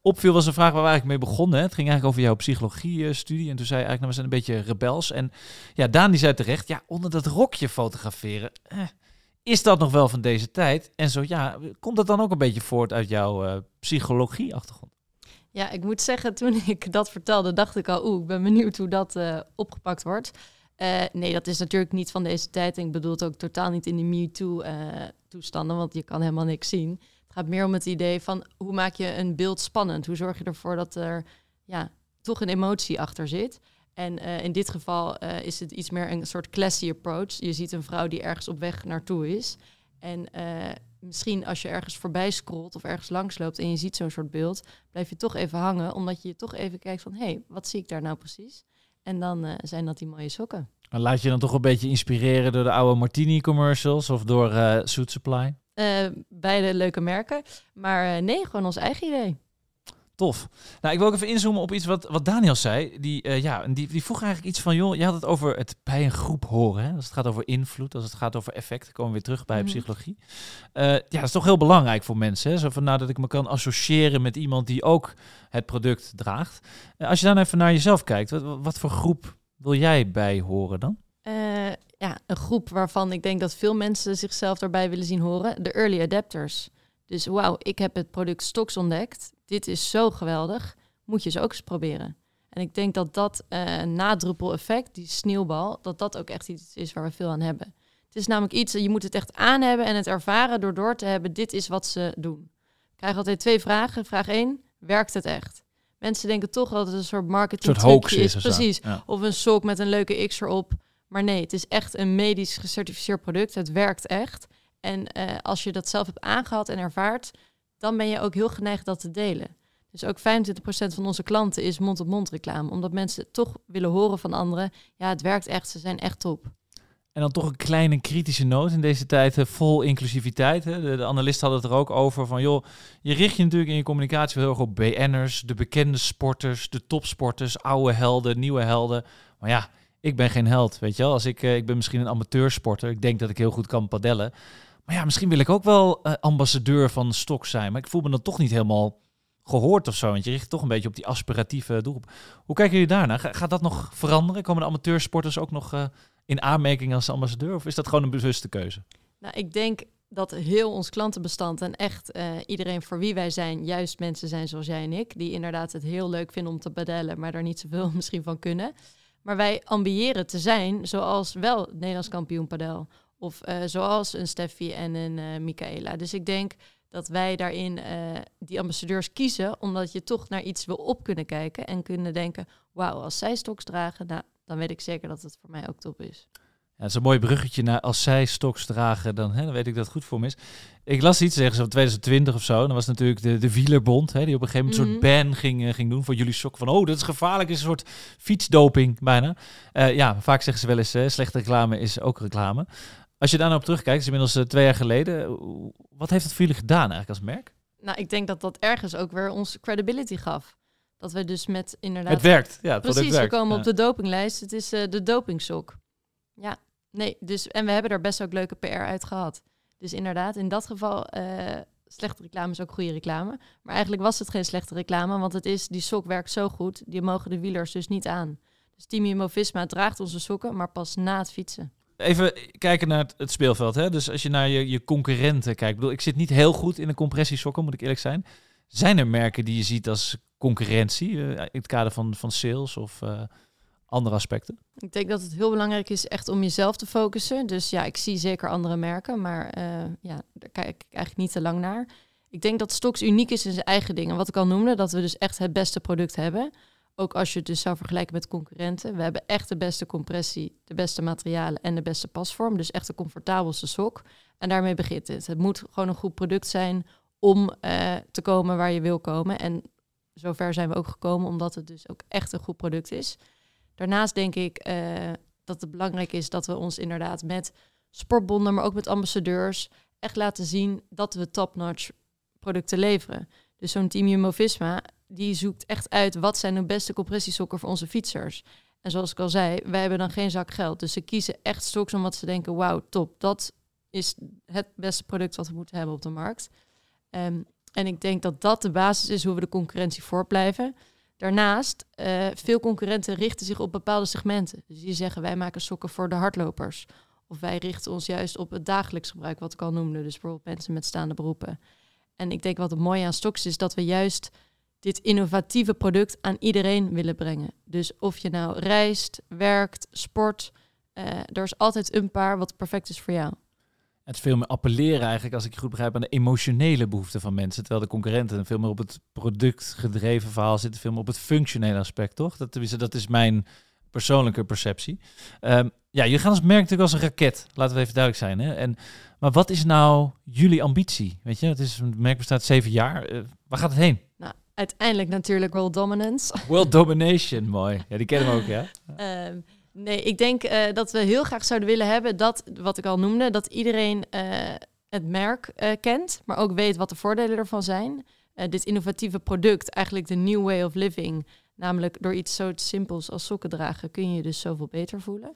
opviel was een vraag waar we eigenlijk mee begonnen. Hè. Het ging eigenlijk over jouw psychologie-studie. En toen zei je eigenlijk, nou, we zijn een beetje rebels. En ja, Daan die zei terecht, ja, onder dat rokje fotograferen, eh, is dat nog wel van deze tijd? En zo, ja, komt dat dan ook een beetje voort uit jouw uh, psychologie-achtergrond? Ja, ik moet zeggen, toen ik dat vertelde, dacht ik al, oeh, ik ben benieuwd hoe dat uh, opgepakt wordt. Uh, nee, dat is natuurlijk niet van deze tijd. En ik bedoel het ook totaal niet in de MeToo-toestanden, uh, want je kan helemaal niks zien. Het gaat meer om het idee van, hoe maak je een beeld spannend? Hoe zorg je ervoor dat er ja, toch een emotie achter zit? En uh, in dit geval uh, is het iets meer een soort classy approach. Je ziet een vrouw die ergens op weg naartoe is. En uh, misschien als je ergens voorbij scrolt of ergens langs loopt en je ziet zo'n soort beeld, blijf je toch even hangen, omdat je toch even kijkt van, hé, hey, wat zie ik daar nou precies? En dan uh, zijn dat die mooie sokken. En laat je dan toch een beetje inspireren door de oude Martini commercials of door uh, Suit Supply? Uh, beide leuke merken, maar uh, nee, gewoon ons eigen idee. Tof. Nou, ik wil ook even inzoomen op iets wat, wat Daniel zei. Die, uh, ja, die, die vroeg eigenlijk iets van, joh, je had het over het bij een groep horen. Hè? Als het gaat over invloed, als het gaat over effecten, komen we weer terug bij mm. psychologie. Uh, ja, dat is toch heel belangrijk voor mensen. Hè? Zo van, nou, dat ik me kan associëren met iemand die ook het product draagt. Uh, als je dan even naar jezelf kijkt, wat, wat voor groep wil jij bij horen dan? Uh, ja, een groep waarvan ik denk dat veel mensen zichzelf daarbij willen zien horen. De early adapters. Dus wauw, ik heb het product Stox ontdekt. Dit is zo geweldig. Moet je ze ook eens proberen. En ik denk dat dat uh, nadruppel-effect, die sneeuwbal, dat dat ook echt iets is waar we veel aan hebben. Het is namelijk iets, je moet het echt aan hebben en het ervaren door door te hebben. Dit is wat ze doen. Ik krijg altijd twee vragen. Vraag één, werkt het echt? Mensen denken toch dat het een soort marketing trucje is. is precies. Ja. Of een sok met een leuke X erop. Maar nee, het is echt een medisch gecertificeerd product. Het werkt echt. En uh, als je dat zelf hebt aangehad en ervaart, dan ben je ook heel geneigd dat te delen. Dus ook vijfentwintig procent van onze klanten is mond-op-mond reclame. Omdat mensen toch willen horen van anderen. Ja, het werkt echt, ze zijn echt top. En dan toch een kleine kritische noot in deze tijd, uh, vol inclusiviteit. Hè. De, de analisten hadden het er ook over van, joh, je richt je natuurlijk in je communicatie heel erg op B N'ers, de bekende sporters, de topsporters, oude helden, nieuwe helden. Maar ja, ik ben geen held, weet je wel. Als ik, uh, ik ben misschien een amateursporter, ik denk dat ik heel goed kan padellen. Maar ja, misschien wil ik ook wel uh, ambassadeur van Stox zijn. Maar ik voel me dan toch niet helemaal gehoord of zo. Want je richt toch een beetje op die aspiratieve doelgroep. Hoe kijken jullie daarna? Ga, gaat dat nog veranderen? Komen de amateursporters ook nog uh, in aanmerking als ambassadeur? Of is dat gewoon een bewuste keuze? Nou, ik denk dat heel ons klantenbestand en echt uh, iedereen voor wie wij zijn, juist mensen zijn zoals jij en ik. Die inderdaad het heel leuk vinden om te padellen, maar daar niet zoveel misschien van kunnen. Maar wij ambiëren te zijn zoals wel Nederlands kampioen padel. Of uh, zoals een Steffi en een uh, Michaela. Dus ik denk dat wij daarin uh, die ambassadeurs kiezen, omdat je toch naar iets wil op kunnen kijken en kunnen denken, wauw, als zij Stox dragen, nou, dan weet ik zeker dat het voor mij ook top is. Ja, het is een mooi bruggetje naar als zij Stox dragen, dan, hè, dan weet ik dat het goed voor me is. Ik las iets, zeggen ze van twintig twintig of zo. Dan was natuurlijk de, de wielerbond, hè, die op een gegeven moment een mm-hmm. soort ban ging, uh, ging doen voor jullie sok. Van, oh, dat is gevaarlijk, is een soort fietsdoping bijna. Uh, ja, vaak zeggen ze wel eens, uh, slechte reclame is ook reclame. Als je daar nou op terugkijkt, is inmiddels uh, twee jaar geleden. Wat heeft het voor jullie gedaan eigenlijk als merk? Nou, ik denk dat dat ergens ook weer ons credibility gaf. Dat we dus met inderdaad... Het werkt, ja. Het precies, werkt. we komen ja. op de dopinglijst. Het is uh, de dopingsok. Ja, nee, dus en we hebben er best ook leuke P R uit gehad. Dus inderdaad, in dat geval, uh, slechte reclame is ook goede reclame. Maar eigenlijk was het geen slechte reclame, want het is, die sok werkt zo goed, die mogen de wielers dus niet aan. Dus Team Jumbo-Visma draagt onze sokken, maar pas na het fietsen. Even kijken naar het, het speelveld. Hè? Dus als je naar je, je concurrenten kijkt. Ik bedoel, ik zit niet heel goed in de compressiesokken, moet ik eerlijk zijn. Zijn er merken die je ziet als concurrentie uh, in het kader van, van sales of uh, andere aspecten? Ik denk dat het heel belangrijk is echt om jezelf te focussen. Dus ja, ik zie zeker andere merken, maar uh, ja, daar kijk ik eigenlijk niet te lang naar. Ik denk dat Stox uniek is in zijn eigen dingen. Wat ik al noemde, dat we dus echt het beste product hebben. Ook als je het dus zou vergelijken met concurrenten. We hebben echt de beste compressie, de beste materialen en de beste pasvorm. Dus echt de comfortabelste sok. En daarmee begint het. Het moet gewoon een goed product zijn om uh, te komen waar je wil komen. En zover zijn we ook gekomen, omdat het dus ook echt een goed product is. Daarnaast denk ik uh, dat het belangrijk is dat we ons inderdaad met sportbonden, maar ook met ambassadeurs, echt laten zien dat we top-notch producten leveren. Dus zo'n Team Jumbo-Visma, die zoekt echt uit wat zijn de beste compressiesokken voor onze fietsers. En zoals ik al zei, wij hebben dan geen zak geld. Dus ze kiezen echt Stox omdat ze denken, wauw, top. Dat is het beste product wat we moeten hebben op de markt. Um, En ik denk dat dat de basis is hoe we de concurrentie voortblijven. Daarnaast, uh, veel concurrenten richten zich op bepaalde segmenten. Dus die zeggen, wij maken sokken voor de hardlopers. Of wij richten ons juist op het dagelijks gebruik, wat ik al noemde. Dus bijvoorbeeld mensen met staande beroepen. En ik denk wat het mooie aan Stocks is, dat we juist dit innovatieve product aan iedereen willen brengen. Dus of je nou reist, werkt, sport, uh, er is altijd een paar wat perfect is voor jou. Het is veel meer appelleren eigenlijk, als ik je goed begrijp, aan de emotionele behoeften van mensen. Terwijl de concurrenten veel meer op het productgedreven verhaal zitten, veel meer op het functionele aspect, toch? Dat, dat is mijn persoonlijke perceptie. Um, ja, jullie gaan als merk natuurlijk als een raket, laten we even duidelijk zijn. Hè? En, maar wat is nou jullie ambitie? Weet je, het, is, het merk bestaat zeven jaar. Uh, waar gaat het heen? Nou, uiteindelijk natuurlijk world dominance. World domination, mooi. Ja, die kennen we ook, ja. Um, Nee, ik denk uh, dat we heel graag zouden willen hebben dat, wat ik al noemde, dat iedereen uh, het merk uh, kent, maar ook weet wat de voordelen ervan zijn. Uh, dit innovatieve product, eigenlijk de new way of living, namelijk door iets zo simpels als sokken dragen, kun je je dus zoveel beter voelen.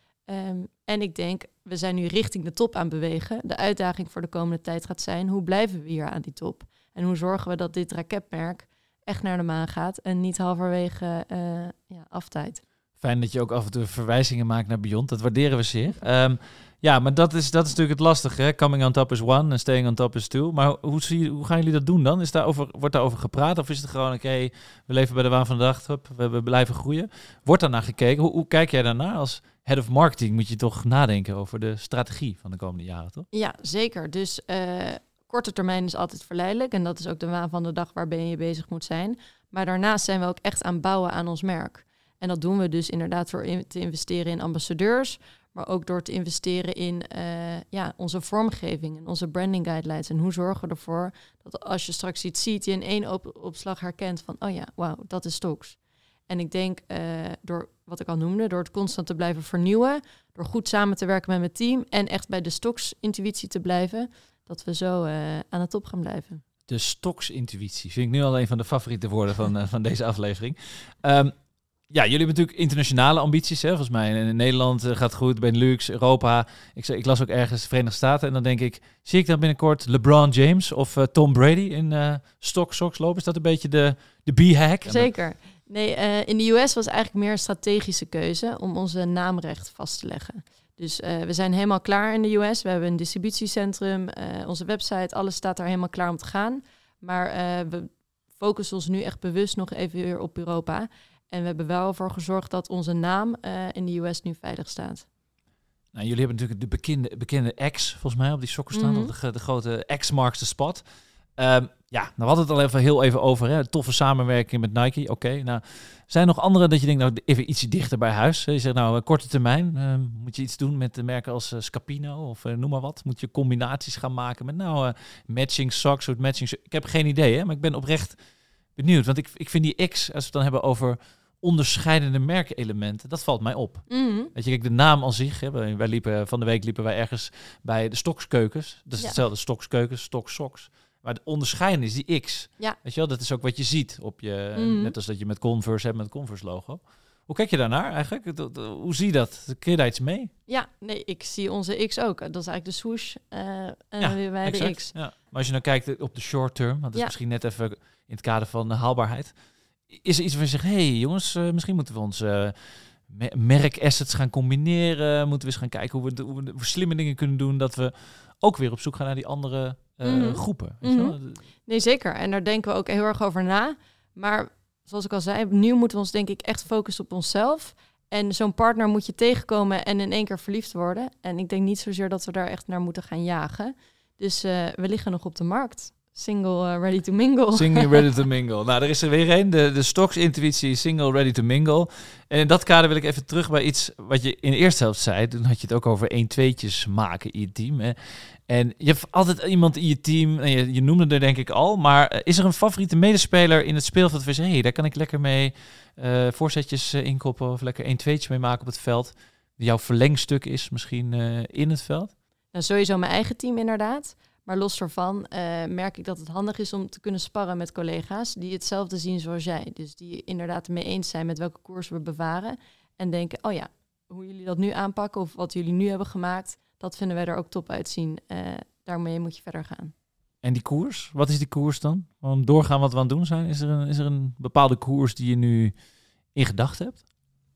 Um, en ik denk, we zijn nu richting de top aan het bewegen. De uitdaging voor de komende tijd gaat zijn, hoe blijven we hier aan die top? En hoe zorgen we dat dit raketmerk echt naar de maan gaat en niet halverwege uh, ja, aftijd. Fijn dat je ook af en toe verwijzingen maakt naar Beyond. Dat waarderen we zeer. Um, ja, maar dat is, dat is natuurlijk het lastige. Hè? Coming on top is one en staying on top is two. Maar hoe, zie, hoe gaan jullie dat doen dan? Is daarover, wordt daarover gepraat? Of is het gewoon, oké, okay, we leven bij de waan van de dag. Hup, we, we blijven groeien. Wordt daarnaar gekeken? Hoe, hoe kijk jij daarnaar? Als head of marketing moet je toch nadenken over de strategie van de komende jaren, toch? Ja, zeker. Dus uh, korte termijn is altijd verleidelijk. En dat is ook de waan van de dag waarbij je bezig moet zijn. Maar daarnaast zijn we ook echt aan het bouwen aan ons merk. En dat doen we dus inderdaad door in te investeren in ambassadeurs, maar ook door te investeren in uh, ja, onze vormgeving en onze branding guidelines. En hoe zorgen we ervoor dat als je straks iets ziet, je in één op- opslag herkent van, oh ja, wauw, dat is Stocks. En ik denk uh, door wat ik al noemde, door het constant te blijven vernieuwen, door goed samen te werken met mijn team en echt bij de Stocks-intuïtie te blijven, dat we zo uh, aan de top gaan blijven. De Stocks-intuïtie vind ik nu al een van de favoriete woorden van, uh, van deze aflevering. Um, Ja, jullie hebben natuurlijk internationale ambities, hè, volgens mij. In Nederland uh, gaat het goed, Benelux, Europa. Ik, ik las ook ergens de Verenigde Staten. En dan denk ik, zie ik dan binnenkort LeBron James of uh, Tom Brady in uh, Stock Socks lopen? Is dat een beetje de, de B-hack? Zeker. Nee, uh, in de U S was eigenlijk meer een strategische keuze om onze naamrecht vast te leggen. Dus uh, we zijn helemaal klaar in de U S. We hebben een distributiecentrum, uh, onze website, alles staat daar helemaal klaar om te gaan. Maar uh, we focussen ons nu echt bewust nog even weer op Europa. En we hebben wel voor gezorgd dat onze naam uh, in de U S nu veilig staat. Nou, jullie hebben natuurlijk de bekende, bekende X, volgens mij, op die sokken staan. Mm-hmm. De, de grote X marks the spot. Um, ja, nou, we hadden het al even heel even over. Hè? Toffe samenwerking met Nike. Oké, okay, nou, zijn er nog andere dat je denkt, nou, even ietsje dichter bij huis? Je zegt, nou, korte termijn, uh, moet je iets doen met de merken als uh, Scapino of uh, noem maar wat? Moet je combinaties gaan maken met, nou, uh, matching socks, soort matching. Ik heb geen idee, hè, maar ik ben oprecht benieuwd. Want ik, ik vind die X, als we het dan hebben over onderscheidende merkelementen, dat valt mij op. Mm-hmm. Weet je, kijk, de naam al zich, hè, wij, wij liepen van de week liepen wij ergens bij de Stokskeukens. Dat is ja. hetzelfde, Stokskeukens, Stoksoks. Maar de onderscheidende is die X. Ja. Weet je wel, dat is ook wat je ziet op je, mm-hmm. net als dat je met Converse hebt met het Converse logo. Hoe kijk je daarnaar eigenlijk? Hoe zie je dat? Kun je daar iets mee? Ja, nee, ik zie onze X ook. Dat is eigenlijk de swoosh uh, en ja, weer bij exact. de X. Ja. Maar als je nou kijkt op de short term, want dat is ja. misschien net even in het kader van uh, haalbaarheid. Is er iets waar je zegt, hé hey, jongens, uh, misschien moeten we ons uh, me- merkassets gaan combineren. Moeten we eens gaan kijken hoe we, hoe we slimme dingen kunnen doen, dat we ook weer op zoek gaan naar die andere uh, mm-hmm. groepen. Weet mm-hmm. je wel? Nee, zeker. En daar denken we ook heel erg over na. Maar zoals ik al zei, nu moeten we ons denk ik echt focussen op onszelf. En zo'n partner moet je tegenkomen en in één keer verliefd worden. En ik denk niet zozeer dat we daar echt naar moeten gaan jagen. Dus uh, we liggen nog op de markt. Single uh, ready to mingle. Single ready to mingle. Nou, er is er weer een. De, de Stocks intuïtie single ready to mingle. En in dat kader wil ik even terug bij iets wat je in de eerste helft zei. Toen had je het ook over één-tweetjes maken in je team. Hè. En je hebt altijd iemand in je team, en je, je noemde er denk ik al, maar is er een favoriete medespeler in het speelveld waar je zegt, hey, daar kan ik lekker mee uh, voorzetjes uh, inkoppen of lekker één-tweetjes mee maken op het veld. Jouw verlengstuk is misschien uh, in het veld? Nou, sowieso mijn eigen team inderdaad. Maar los daarvan uh, merk ik dat het handig is om te kunnen sparren met collega's die hetzelfde zien zoals jij. Dus die inderdaad mee eens zijn met welke koers we bevaren. En denken, oh ja, hoe jullie dat nu aanpakken of wat jullie nu hebben gemaakt, dat vinden wij er ook top uitzien. Uh, daarmee moet je verder gaan. En die koers? Wat is die koers dan? Gewoon doorgaan wat we aan het doen zijn? Is er een, is er een bepaalde koers die je nu in gedachten hebt?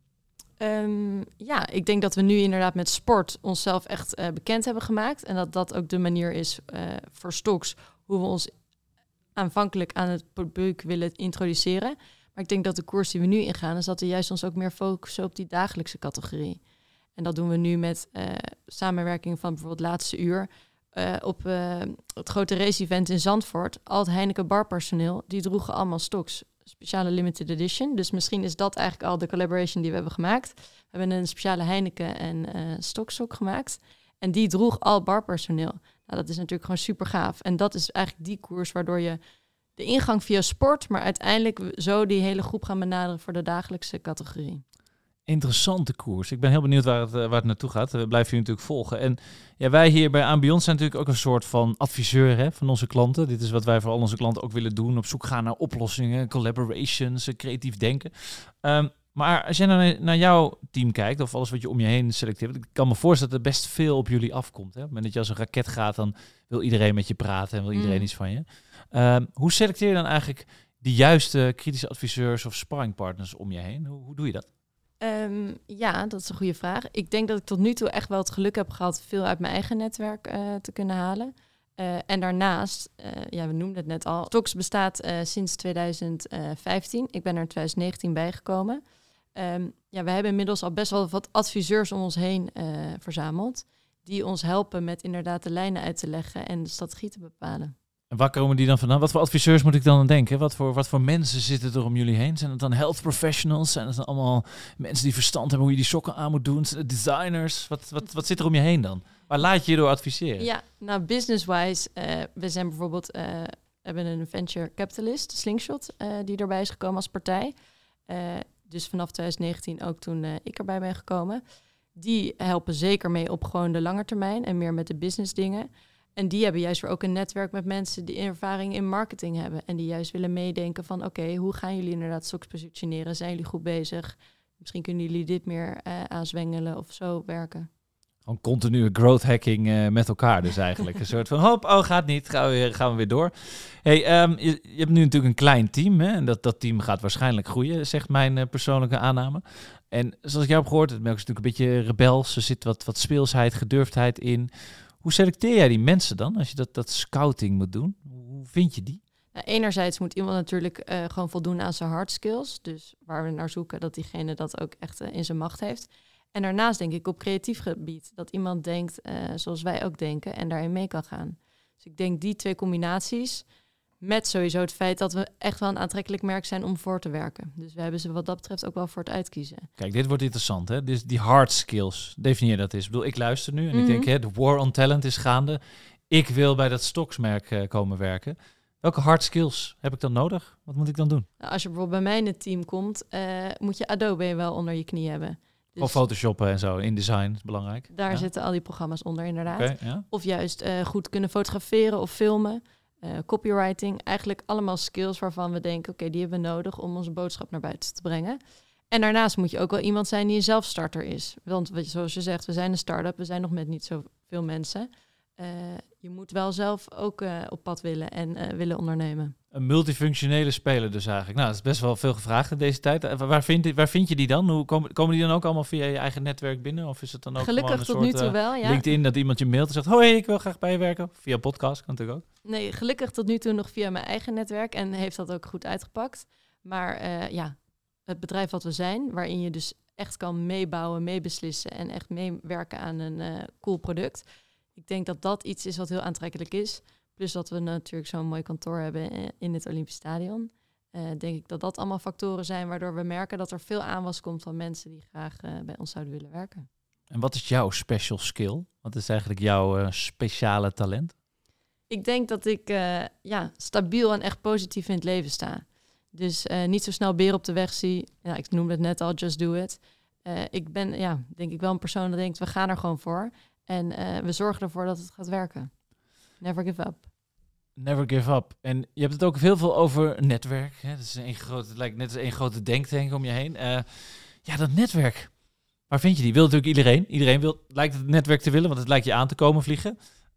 Um, ja, ik denk dat we nu inderdaad met sport onszelf echt uh, bekend hebben gemaakt. En dat dat ook de manier is uh, voor Stocks hoe we ons aanvankelijk aan het publiek willen introduceren. Maar ik denk dat de koers die we nu ingaan, is dat we juist ons ook meer focussen op die dagelijkse categorie. En dat doen we nu met uh, samenwerking van bijvoorbeeld Laatste Uur. Uh, op uh, het grote race-event in Zandvoort, al het Heineken barpersoneel, die droegen allemaal Stocks. Speciale limited edition. Dus misschien is dat eigenlijk al de collaboration die we hebben gemaakt. We hebben een speciale Heineken en uh, Stocks-sok gemaakt. En die droeg al barpersoneel. Nou, dat is natuurlijk gewoon super gaaf. En dat is eigenlijk die koers waardoor je de ingang via sport, maar uiteindelijk zo die hele groep gaan benaderen voor de dagelijkse categorie. Interessante koers. Ik ben heel benieuwd waar het, waar het naartoe gaat. We blijven jullie natuurlijk volgen. En ja, wij hier bij Ambiance zijn natuurlijk ook een soort van adviseur hè, van onze klanten. Dit is wat wij voor al onze klanten ook willen doen. Op zoek gaan naar oplossingen, collaborations, creatief denken. Um, maar als jij naar, naar jouw team kijkt, of alles wat je om je heen selecteert, ik kan me voorstellen dat er best veel op jullie afkomt. Hè? Op het moment dat je als een raket gaat, dan wil iedereen met je praten en wil iedereen mm. iets van je. Um, hoe selecteer je dan eigenlijk de juiste kritische adviseurs of sparringpartners om je heen? Hoe, hoe doe je dat? Um, ja, dat is een goede vraag. Ik denk dat ik tot nu toe echt wel het geluk heb gehad veel uit mijn eigen netwerk uh, te kunnen halen. Uh, en daarnaast, uh, ja, we noemden het net al, Stocks bestaat uh, sinds twintig vijftien. Ik ben er in twintig negentien bijgekomen. Um, ja, we hebben inmiddels al best wel wat adviseurs om ons heen uh, verzameld, die ons helpen met inderdaad de lijnen uit te leggen en de strategie te bepalen. En waar komen die dan vandaan? Wat voor adviseurs moet ik dan aan denken? Wat voor, wat voor mensen zitten er om jullie heen? Zijn het dan health professionals? Zijn het dan allemaal mensen die verstand hebben hoe je die sokken aan moet doen? Designers? Wat, wat, wat zit er om je heen dan? Waar laat je je door adviseren? Ja, nou business-wise, uh, we zijn bijvoorbeeld, uh, hebben een venture capitalist, Slingshot, uh, die erbij is gekomen als partij. Uh, dus vanaf twintig negentien ook toen uh, ik erbij ben gekomen. Die helpen zeker mee op gewoon de lange termijn en meer met de business dingen. En die hebben juist weer ook een netwerk met mensen die ervaring in marketing hebben. En die juist willen meedenken van oké, okay, hoe gaan jullie inderdaad Stocks positioneren? Zijn jullie goed bezig? Misschien kunnen jullie dit meer uh, aanzwengelen of zo werken. Gewoon continue growth hacking uh, met elkaar dus eigenlijk. Een soort van hop, oh gaat niet, gaan we weer, gaan we weer door. Hey, um, je, je hebt nu natuurlijk een klein team. Hè? En dat, dat team gaat waarschijnlijk groeien, zegt mijn uh, persoonlijke aanname. En zoals ik jou heb gehoord, het merk is natuurlijk een beetje rebels. Er zit wat, wat speelsheid, gedurfdheid in. Hoe selecteer jij die mensen dan, als je dat, dat scouting moet doen? Hoe vind je die? Nou, enerzijds moet iemand natuurlijk uh, gewoon voldoen aan zijn hard skills. Dus waar we naar zoeken, dat diegene dat ook echt uh, in zijn macht heeft. En daarnaast denk ik op creatief gebied. Dat iemand denkt uh, zoals wij ook denken en daarin mee kan gaan. Dus ik denk die twee combinaties, met sowieso het feit dat we echt wel een aantrekkelijk merk zijn om voor te werken. Dus we hebben ze wat dat betreft ook wel voor het uitkiezen. Kijk, dit wordt interessant, hè? Dus die hard skills, definieer dat eens. Ik bedoel, ik luister nu en mm-hmm. ik denk, hè, de war on talent is gaande. Ik wil bij dat Stocks-merk uh, komen werken. Welke hard skills heb ik dan nodig? Wat moet ik dan doen? Nou, als je bijvoorbeeld bij mij in het team komt, uh, moet je Adobe wel onder je knie hebben. Dus of photoshoppen en zo, InDesign is belangrijk. Daar ja. zitten al die programma's onder, inderdaad. Okay, ja. Of juist uh, goed kunnen fotograferen of filmen. Uh, copywriting, eigenlijk allemaal skills waarvan we denken, oké, okay, die hebben we nodig om onze boodschap naar buiten te brengen. En daarnaast moet je ook wel iemand zijn die een zelfstarter is. Want zoals je zegt, we zijn een start-up, we zijn nog met niet zoveel mensen. Uh, je moet wel zelf ook uh, op pad willen en uh, willen ondernemen. Een multifunctionele speler dus eigenlijk. Nou, dat is best wel veel gevraagd in deze tijd. Uh, waar, vind, waar vind je die dan? Hoe komen, komen die dan ook allemaal via je eigen netwerk binnen? Of is het dan ook gelukkig gewoon een tot soort, nu toe uh, wel, ja. LinkedIn dat iemand je mailt en zegt, hoi, ik wil graag bij je werken. Via podcast kan natuurlijk ook. Nee, gelukkig tot nu toe nog via mijn eigen netwerk en heeft dat ook goed uitgepakt. Maar uh, ja, het bedrijf wat we zijn, waarin je dus echt kan meebouwen, meebeslissen en echt meewerken aan een uh, cool product. Ik denk dat dat iets is wat heel aantrekkelijk is. Plus dat we natuurlijk zo'n mooi kantoor hebben in het Olympisch Stadion. Uh, denk ik dat dat allemaal factoren zijn waardoor we merken dat er veel aanwas komt van mensen die graag uh, bij ons zouden willen werken. En wat is jouw special skill? Wat is eigenlijk jouw uh, speciale talent? Ik denk dat ik uh, ja, stabiel en echt positief in het leven sta. Dus uh, niet zo snel beer op de weg zie. Ja, ik noemde het net al, just do it. Uh, ik ben, ja, denk ik wel een persoon dat denkt, we gaan er gewoon voor. En uh, we zorgen ervoor dat het gaat werken. Never give up. Never give up. En je hebt het ook heel veel over netwerk. Hè? Dat is een grote, het lijkt net als een grote denktank om je heen. Uh, ja, dat netwerk. Waar vind je die? Wil natuurlijk iedereen. Iedereen wil, lijkt het netwerk te willen, want het lijkt je aan te komen vliegen.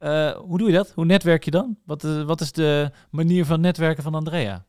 Uh, hoe doe je dat? Hoe netwerk je dan? Wat, uh, wat is de manier van netwerken van Andrea?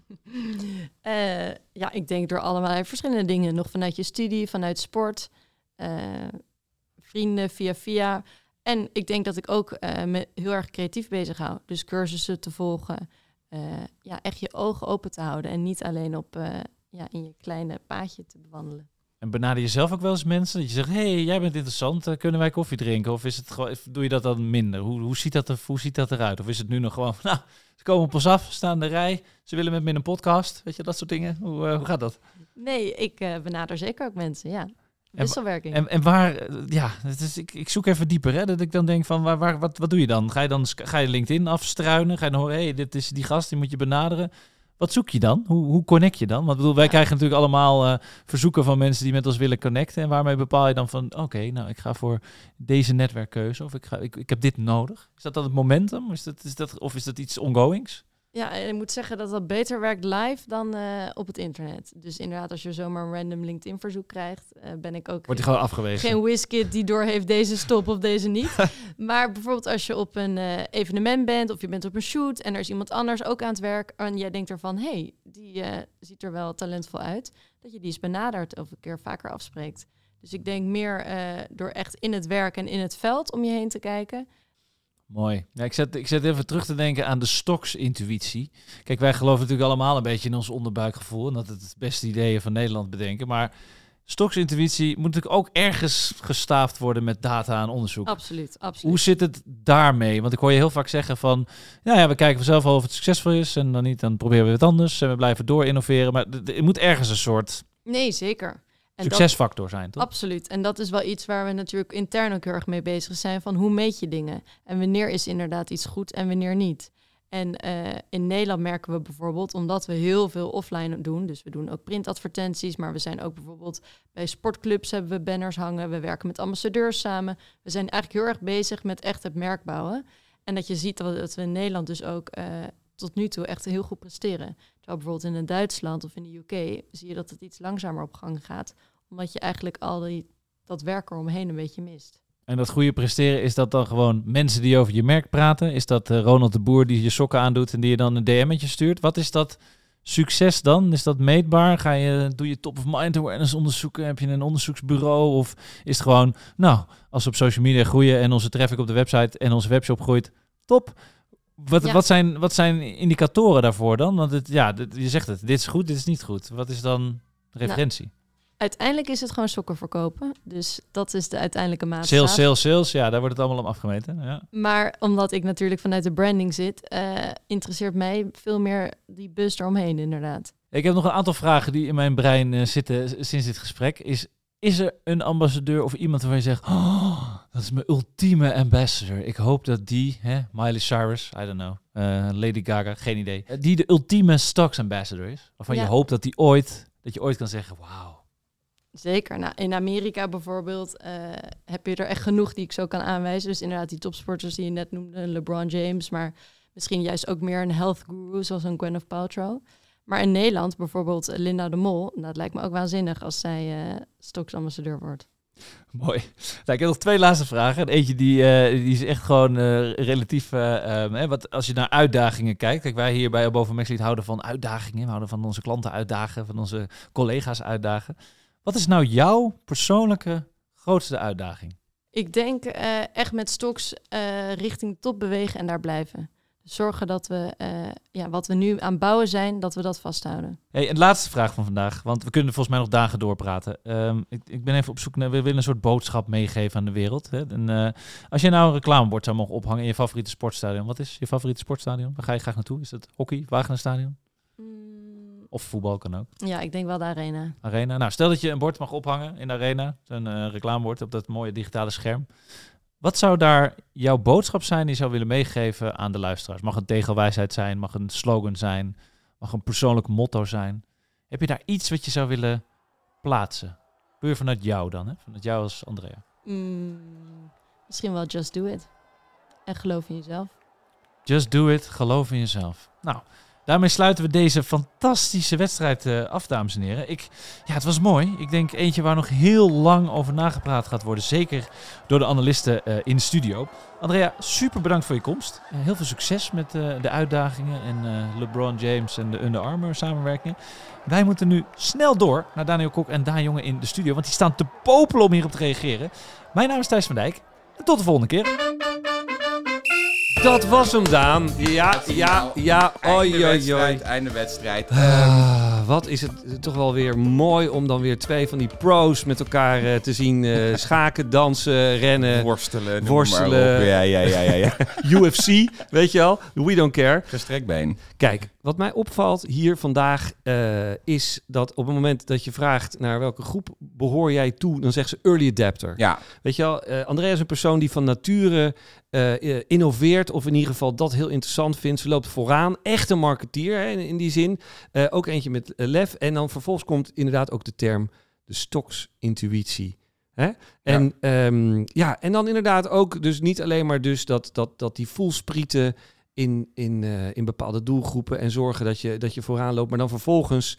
uh, ja, ik denk door allemaal verschillende dingen. Nog vanuit je studie, vanuit sport, uh, vrienden, via via. En ik denk dat ik ook uh, me heel erg creatief bezig hou. Dus cursussen te volgen. Uh, ja, echt je ogen open te houden. En niet alleen op uh, ja, in je kleine paadje te bewandelen. En benader je zelf ook wel eens mensen? Dat je zegt, hé, hey, jij bent interessant, uh, kunnen wij koffie drinken? Of is het gewoon, doe je dat dan minder? Hoe, hoe, ziet dat er, hoe ziet dat eruit? Of is het nu nog gewoon, nou, ze komen op ons af, staan in de rij. Ze willen met me in een podcast. Weet je, dat soort dingen. Hoe, uh, hoe gaat dat? Nee, ik uh, benader zeker ook mensen, ja. Wisselwerking. En, en waar, ja, het is, ik, ik zoek even dieper, hè, dat ik dan denk van, waar, waar, wat, wat doe je dan? Ga je dan ga je LinkedIn afstruinen? Ga je dan horen, hé, hey, dit is die gast, die moet je benaderen. Wat zoek je dan? Hoe, hoe connect je dan? Want bedoel, wij ja. krijgen natuurlijk allemaal uh, verzoeken van mensen die met ons willen connecten. En waarmee bepaal je dan van, oké, okay, nou, ik ga voor deze netwerkkeuze. Of ik, ga, ik, ik heb dit nodig. Is dat dan het momentum? Is dat, is dat, of is dat iets ongoings? Ja, en ik moet zeggen dat dat beter werkt live dan uh, op het internet. Dus inderdaad, als je zomaar een random LinkedIn-verzoek krijgt, uh, ben ik ook... Wordt die gewoon afgewezen? Geen whiskit die doorheeft deze stop of deze niet. Maar bijvoorbeeld als je op een uh, evenement bent of je bent op een shoot en er is iemand anders ook aan het werk en jij denkt ervan, hé, hey, die uh, ziet er wel talentvol uit, dat je die eens benadert of een keer vaker afspreekt. Dus ik denk meer uh, door echt in het werk en in het veld om je heen te kijken. Mooi. Ja, ik, zet, ik zet even terug te denken aan de Stocks-intuïtie. Kijk, wij geloven natuurlijk allemaal een beetje in ons onderbuikgevoel en dat het het beste ideeën van Nederland bedenken. Maar Stocks-intuïtie moet natuurlijk ook ergens gestaafd worden met data en onderzoek. Absoluut, absoluut. Hoe zit het daarmee? Want ik hoor je heel vaak zeggen van, ja, ja we kijken vanzelf al of het succesvol is en dan niet, dan proberen we het anders en we blijven door innoveren. Maar er moet ergens een soort... Nee, zeker. En succesfactor zijn, toch? Absoluut. En dat is wel iets waar we natuurlijk intern ook heel erg mee bezig zijn. Van hoe meet je dingen? En wanneer is inderdaad iets goed en wanneer niet? En uh, in Nederland merken we bijvoorbeeld, omdat we heel veel offline doen. Dus we doen ook printadvertenties. Maar we zijn ook bijvoorbeeld bij sportclubs hebben we banners hangen. We werken met ambassadeurs samen. We zijn eigenlijk heel erg bezig met echt het merk bouwen. En dat je ziet dat we, dat we in Nederland dus ook uh, tot nu toe echt heel goed presteren. Terwijl bijvoorbeeld in Duitsland of in de U K zie je dat het iets langzamer op gang gaat. Omdat je eigenlijk al die, dat werk eromheen een beetje mist. En dat goede presteren, is dat dan gewoon mensen die over je merk praten? Is dat uh, Ronald de Boer die je sokken aandoet en die je dan een D M'tje stuurt? Wat is dat succes dan? Is dat meetbaar? Ga je, doe je top of mind awareness onderzoeken? Heb je een onderzoeksbureau? Of is het gewoon, nou, als we op social media groeien en onze traffic op de website en onze webshop groeit, top. Wat, ja. wat, zijn, wat zijn indicatoren daarvoor dan? Want het, ja, dit, je zegt het, dit is goed, dit is niet goed. Wat is dan de referentie? Nou. Uiteindelijk is het gewoon sokken verkopen. Dus dat is de uiteindelijke maatstaf. Sales, sales, sales. Ja, daar wordt het allemaal om afgemeten. Ja. Maar omdat ik natuurlijk vanuit de branding zit, uh, interesseert mij veel meer die buzz eromheen inderdaad. Ik heb nog een aantal vragen die in mijn brein uh, zitten sinds dit gesprek. Is, is er een ambassadeur of iemand waarvan je zegt, oh, dat is mijn ultieme ambassador. Ik hoop dat die, hè, Miley Cyrus, I don't know, uh, Lady Gaga, geen idee. Die de ultieme Stocks ambassador is. Waarvan ja. je hoopt dat die ooit, dat je ooit kan zeggen, wauw. Zeker. Nou, in Amerika bijvoorbeeld uh, heb je er echt genoeg die ik zo kan aanwijzen. Dus inderdaad die topsporters die je net noemde, LeBron James, maar misschien juist ook meer een health guru zoals een Gwyneth Paltrow. Maar in Nederland bijvoorbeeld Linda de Mol, dat lijkt me ook waanzinnig als zij uh, Stocks ambassadeur wordt. Mooi. Nou, ik heb nog twee laatste vragen. Eentje die, uh, die is echt gewoon uh, relatief... Uh, um, hè, wat, als je naar uitdagingen kijkt. Kijk, wij hier bij Boven Maxlead houden van uitdagingen. We houden van onze klanten uitdagen, van onze collega's uitdagen. Wat is nou jouw persoonlijke grootste uitdaging? Ik denk uh, echt met Stocks uh, richting top bewegen en daar blijven. Dus zorgen dat we uh, ja, wat we nu aan bouwen zijn, dat we dat vasthouden. Hey, en laatste vraag van vandaag, want we kunnen volgens mij nog dagen doorpraten. Um, ik, ik ben even op zoek naar, we willen een soort boodschap meegeven aan de wereld. Hè? En, uh, als je nou een reclamebord zou mogen ophangen in je favoriete sportstadion, wat is je favoriete sportstadion? Waar ga je graag naartoe? Is het hockey, Wagenerstadion? Mm. Of voetbal kan ook. Ja, ik denk wel de arena. Arena. Nou, stel dat je een bord mag ophangen in de arena. Een uh, reclamebord op dat mooie digitale scherm. Wat zou daar jouw boodschap zijn die je zou willen meegeven aan de luisteraars? Mag een tegelwijsheid zijn, mag een slogan zijn, mag een persoonlijk motto zijn. Heb je daar iets wat je zou willen plaatsen? Puur vanuit jou dan, hè? Vanuit jou als Andrea. Mm, misschien wel just do it. En geloof in jezelf. Just do it, geloof in jezelf. Nou, Daarmee sluiten we deze fantastische wedstrijd uh, af, dames en heren. Ik, ja, het was mooi. Ik denk eentje waar nog heel lang over nagepraat gaat worden. Zeker door de analisten uh, in de studio. Andrea, super bedankt voor je komst. Uh, heel veel succes met uh, de uitdagingen en uh, LeBron James en de Under Armour samenwerkingen. Wij moeten nu snel door naar Daniel Kok en Daan Jonge in de studio. Want die staan te popelen om hierop te reageren. Mijn naam is Thijs van Dijk. En tot de volgende keer. Dat was hem, Daan. Ja, ja, ja. Oi, oi, wedstrijd, einde wedstrijd. Ah, wat is het toch wel weer mooi om dan weer twee van die pro's met elkaar uh, te zien uh, schaken, dansen, rennen. Worstelen. Worstelen. Ja, ja, ja, ja, ja. U F C, weet je wel. We don't care. Gestrekbeen. Kijk, wat mij opvalt hier vandaag uh, is dat op het moment dat je vraagt naar welke groep behoor jij toe, dan zegt ze early adapter. Ja. Weet je wel, uh, Andrea is een persoon die van nature uh, innoveert of in ieder geval dat heel interessant vindt. Ze loopt vooraan. Echt een marketeer hè, in, in die zin. Uh, ook eentje met uh, lef. En dan vervolgens komt inderdaad ook de term de Stokes-intuïtie. Hè? En, ja. Um, ja, en dan inderdaad ook dus niet alleen maar dus dat, dat, dat die voelsprieten in, in, uh, in bepaalde doelgroepen en zorgen dat je, dat je vooraan loopt, maar dan vervolgens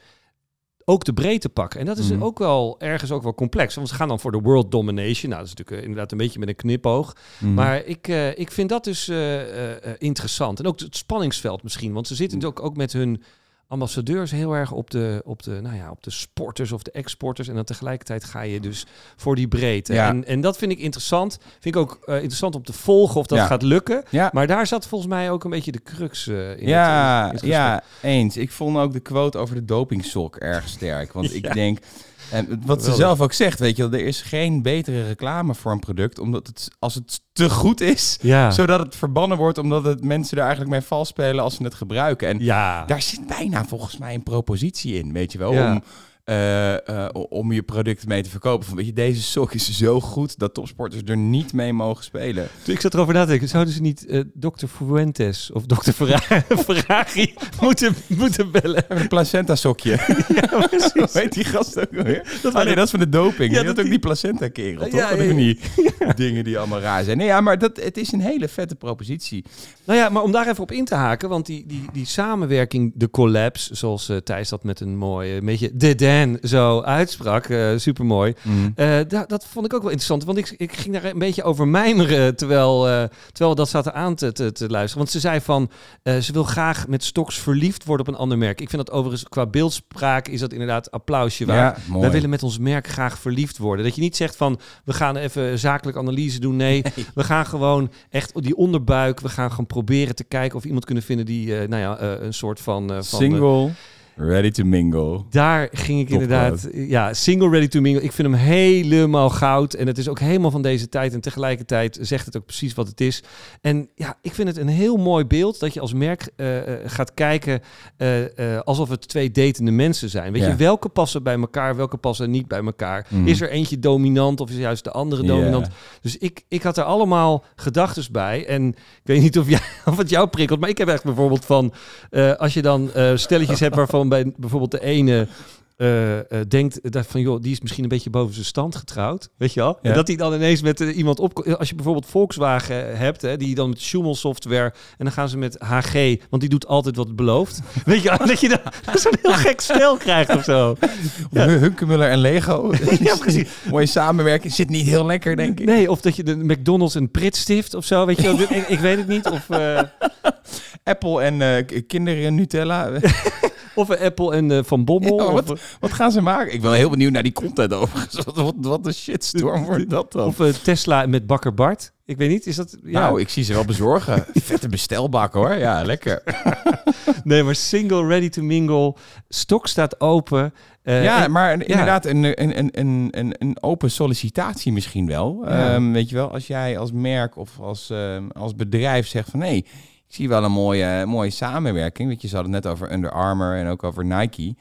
ook de breedte pakken. En dat is mm. ook wel ergens ook wel complex. Want ze gaan dan voor de world domination. Nou, dat is natuurlijk uh, inderdaad een beetje met een knipoog. Mm. Maar ik, uh, ik vind dat dus uh, uh, interessant. En ook het spanningsveld misschien. Want ze zitten mm. natuurlijk ook met hun ambassadeurs heel erg op de, op de, nou ja, op de sporters of de exporters. En dan tegelijkertijd ga je dus voor die breedte. Ja. En, en dat vind ik interessant. Vind ik ook uh, interessant om te volgen of dat ja. gaat lukken. Ja. Maar daar zat volgens mij ook een beetje de crux uh, in. Ja, het, in het ja, eens. Ik vond ook de quote over de dopingsok erg sterk. Want ja. ik denk, en wat ze zelf ook zegt, weet je wel, er is geen betere reclame voor een product, omdat het, als het te goed is, ja. zodat het verbannen wordt, omdat het mensen er eigenlijk mee vals spelen als ze het gebruiken. En ja. daar zit bijna volgens mij een propositie in, weet je wel, ja. om, uh, uh, om je product mee te verkopen. Van, weet je, deze sok is zo goed dat topsporters er niet mee mogen spelen. Toen ik zat erover na te denken, zouden ze niet uh, dokter Fuentes of dokter Ferrari, Ferrari moeten, moeten bellen? Een placenta-sokje. Ja, precies. Hoe heet die gast ook alweer? Dat oh, nee, dat is van de doping. Ja, je dat had ook die placenta-kerel, toch? Ja, ja, ja. Die ja. dingen die allemaal raar zijn. Nee, ja, maar dat, het is een hele vette propositie. Nou ja, maar om daar even op in te haken, want die, die, die samenwerking, de collabs, zoals uh, Thijs dat met een mooi, een beetje de Dan zo uitsprak, uh, supermooi. Mm. Uh, da, dat vond ik ook wel interessant, want ik, ik ging daar een beetje over mijmeren, terwijl, uh, terwijl we dat zaten aan te, te, te luisteren. Want ze zei van, uh, ze wil graag met Stokes verliefd worden op een ander merk. Ik vind dat overigens, qua beeldspraak is dat inderdaad applausje waard. Ja, wij willen met ons merk graag verliefd worden. Dat je niet zegt van, we gaan even zakelijk analyse doen. Nee, nee. we gaan gewoon echt die onderbuik, we gaan gewoon proberen te kijken of we iemand kunnen vinden die, uh, nou ja, uh, een soort van... Uh, van Single... Uh, Ready to mingle. Daar ging ik Top inderdaad... Goud. Ja, single ready to mingle. Ik vind hem helemaal goud. En het is ook helemaal van deze tijd. En tegelijkertijd zegt het ook precies wat het is. En ja, ik vind het een heel mooi beeld dat je als merk uh, gaat kijken uh, uh, alsof het twee datende mensen zijn. Weet ja. je, welke passen bij elkaar, welke passen niet bij elkaar? Mm. Is er eentje dominant of is juist de andere dominant? Yeah. Dus ik, ik had er allemaal gedachtes bij. En ik weet niet of, jij, of het jou prikkelt, maar ik heb echt bijvoorbeeld van... Uh, als je dan uh, stelletjes hebt waarvan bij bijvoorbeeld de ene uh, uh, denkt dat van joh, die is misschien een beetje boven zijn stand getrouwd, weet je wel? Ja. En dat hij dan ineens met uh, iemand op, als je bijvoorbeeld Volkswagen hebt, hè, die dan met Schumel software en dan gaan ze met H G, want die doet altijd wat het belooft. Weet je, dat je dan zo'n heel gek spel krijgt of zo. Ja. Hunkemuller en Lego. Ja, precies. Mooie samenwerking, zit niet heel lekker, denk ik. Nee, of dat je de McDonald's een Prit stift of zo, weet je wel? ik, ik weet het niet. Of uh... Apple en uh, kinderen Nutella. Of een Apple en uh, Van Bommel. Ja, wat, of, wat gaan ze maken? Ik ben heel benieuwd naar die content overigens. Wat, wat een shitstorm wordt dat dan? Of uh, Tesla met Bakker Bart. Ik weet niet, is dat... Ja. Nou, ik zie ze wel bezorgen. Vette bestelbak hoor. Ja, lekker. Nee, maar single, ready to mingle. Stok staat open. Uh, ja, en, maar inderdaad ja. een, een, een, een, een open sollicitatie misschien wel. Ja. Um, weet je wel, als jij als merk of als, um, als bedrijf zegt van... nee. Ik zie wel een mooie, mooie samenwerking. Want je had het net over Under Armour en ook over Nike.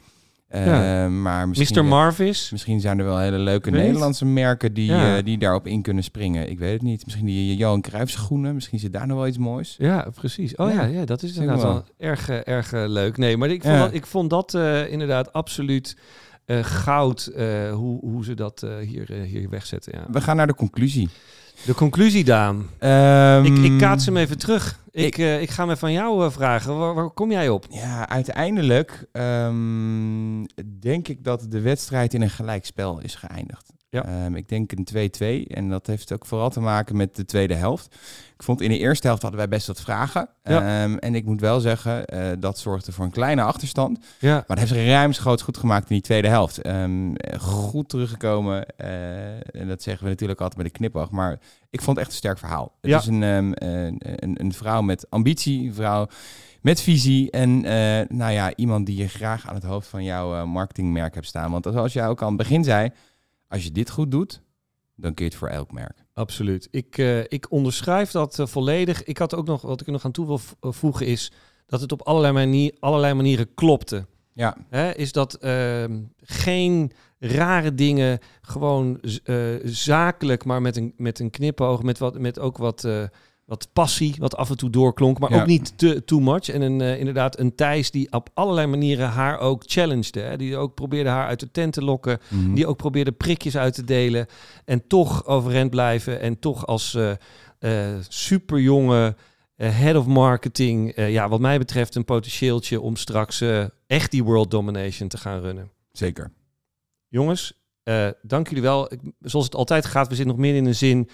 Ja. Uh, maar misschien, mister Marvis. Misschien zijn er wel hele leuke weet. Nederlandse merken die, ja. uh, die daarop in kunnen springen. Ik weet het niet. Misschien die Johan Cruijff schoenen. Misschien zit daar nog wel iets moois. Ja, precies. Oh ja, ja, ja dat is inderdaad wel, wel erg, erg uh, leuk. Nee, maar ik vond ja. dat, ik vond dat uh, inderdaad absoluut... uh, goud uh, hoe, hoe ze dat uh, hier, uh, hier wegzetten. Ja. We gaan naar de conclusie. De conclusie, Daan. Um, ik, ik kaats hem even terug. Ik, ik, uh, ik ga me van jou uh, vragen. Waar, waar kom jij op? Ja, uiteindelijk um, denk ik dat de wedstrijd in een gelijkspel is geëindigd. Ja. Um, ik denk een twee-twee. En dat heeft ook vooral te maken met de tweede helft. Ik vond in de eerste helft hadden wij best wat vragen. Ja. Um, en ik moet wel zeggen, uh, dat zorgde voor een kleine achterstand. Ja. Maar dat heeft ze ruimschoots goed gemaakt in die tweede helft. Um, goed teruggekomen. Uh, en dat zeggen we natuurlijk altijd met een knipoog. Maar ik vond het echt een sterk verhaal. Het ja. is een, um, een, een, een vrouw met ambitie. Een vrouw met visie. En uh, nou ja, iemand die je graag aan het hoofd van jouw uh, marketingmerk hebt staan. Want zoals jij ook aan het begin zei, als je dit goed doet, dan kun je het voor elk merk. Absoluut. Ik, uh, ik onderschrijf dat uh, volledig. Ik had ook nog, wat ik er nog aan toe wil voegen, is dat het op allerlei, manier, allerlei manieren klopte. Ja. Hè, is dat uh, geen rare dingen, gewoon uh, zakelijk, maar met een, met een knipoog, met, wat, met ook wat, uh, wat passie, wat af en toe doorklonk, maar ja. ook niet te too much. En een, uh, inderdaad een Thijs die op allerlei manieren haar ook challengede. Hè? Die ook probeerde haar uit de tent te lokken. Mm-hmm. Die ook probeerde prikjes uit te delen. En toch overeind blijven. En toch als uh, uh, superjonge uh, head of marketing, uh, ja, wat mij betreft een potentieeltje om straks uh, echt die world domination te gaan runnen. Zeker. Jongens, uh, dank jullie wel. Ik, zoals het altijd gaat, we zitten nog meer in een zin.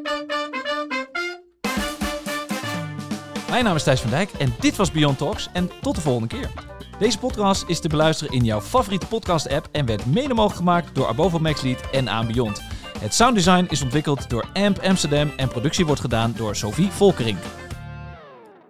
Mijn naam is Thijs van Dijk en dit was Beyond Talks en tot de volgende keer. Deze podcast is te beluisteren in jouw favoriete podcast-app en werd mede mogelijk gemaakt door Abovo Maxlead en Aan Beyond. Het sounddesign is ontwikkeld door Amp Amsterdam en productie wordt gedaan door Sophie Volkering.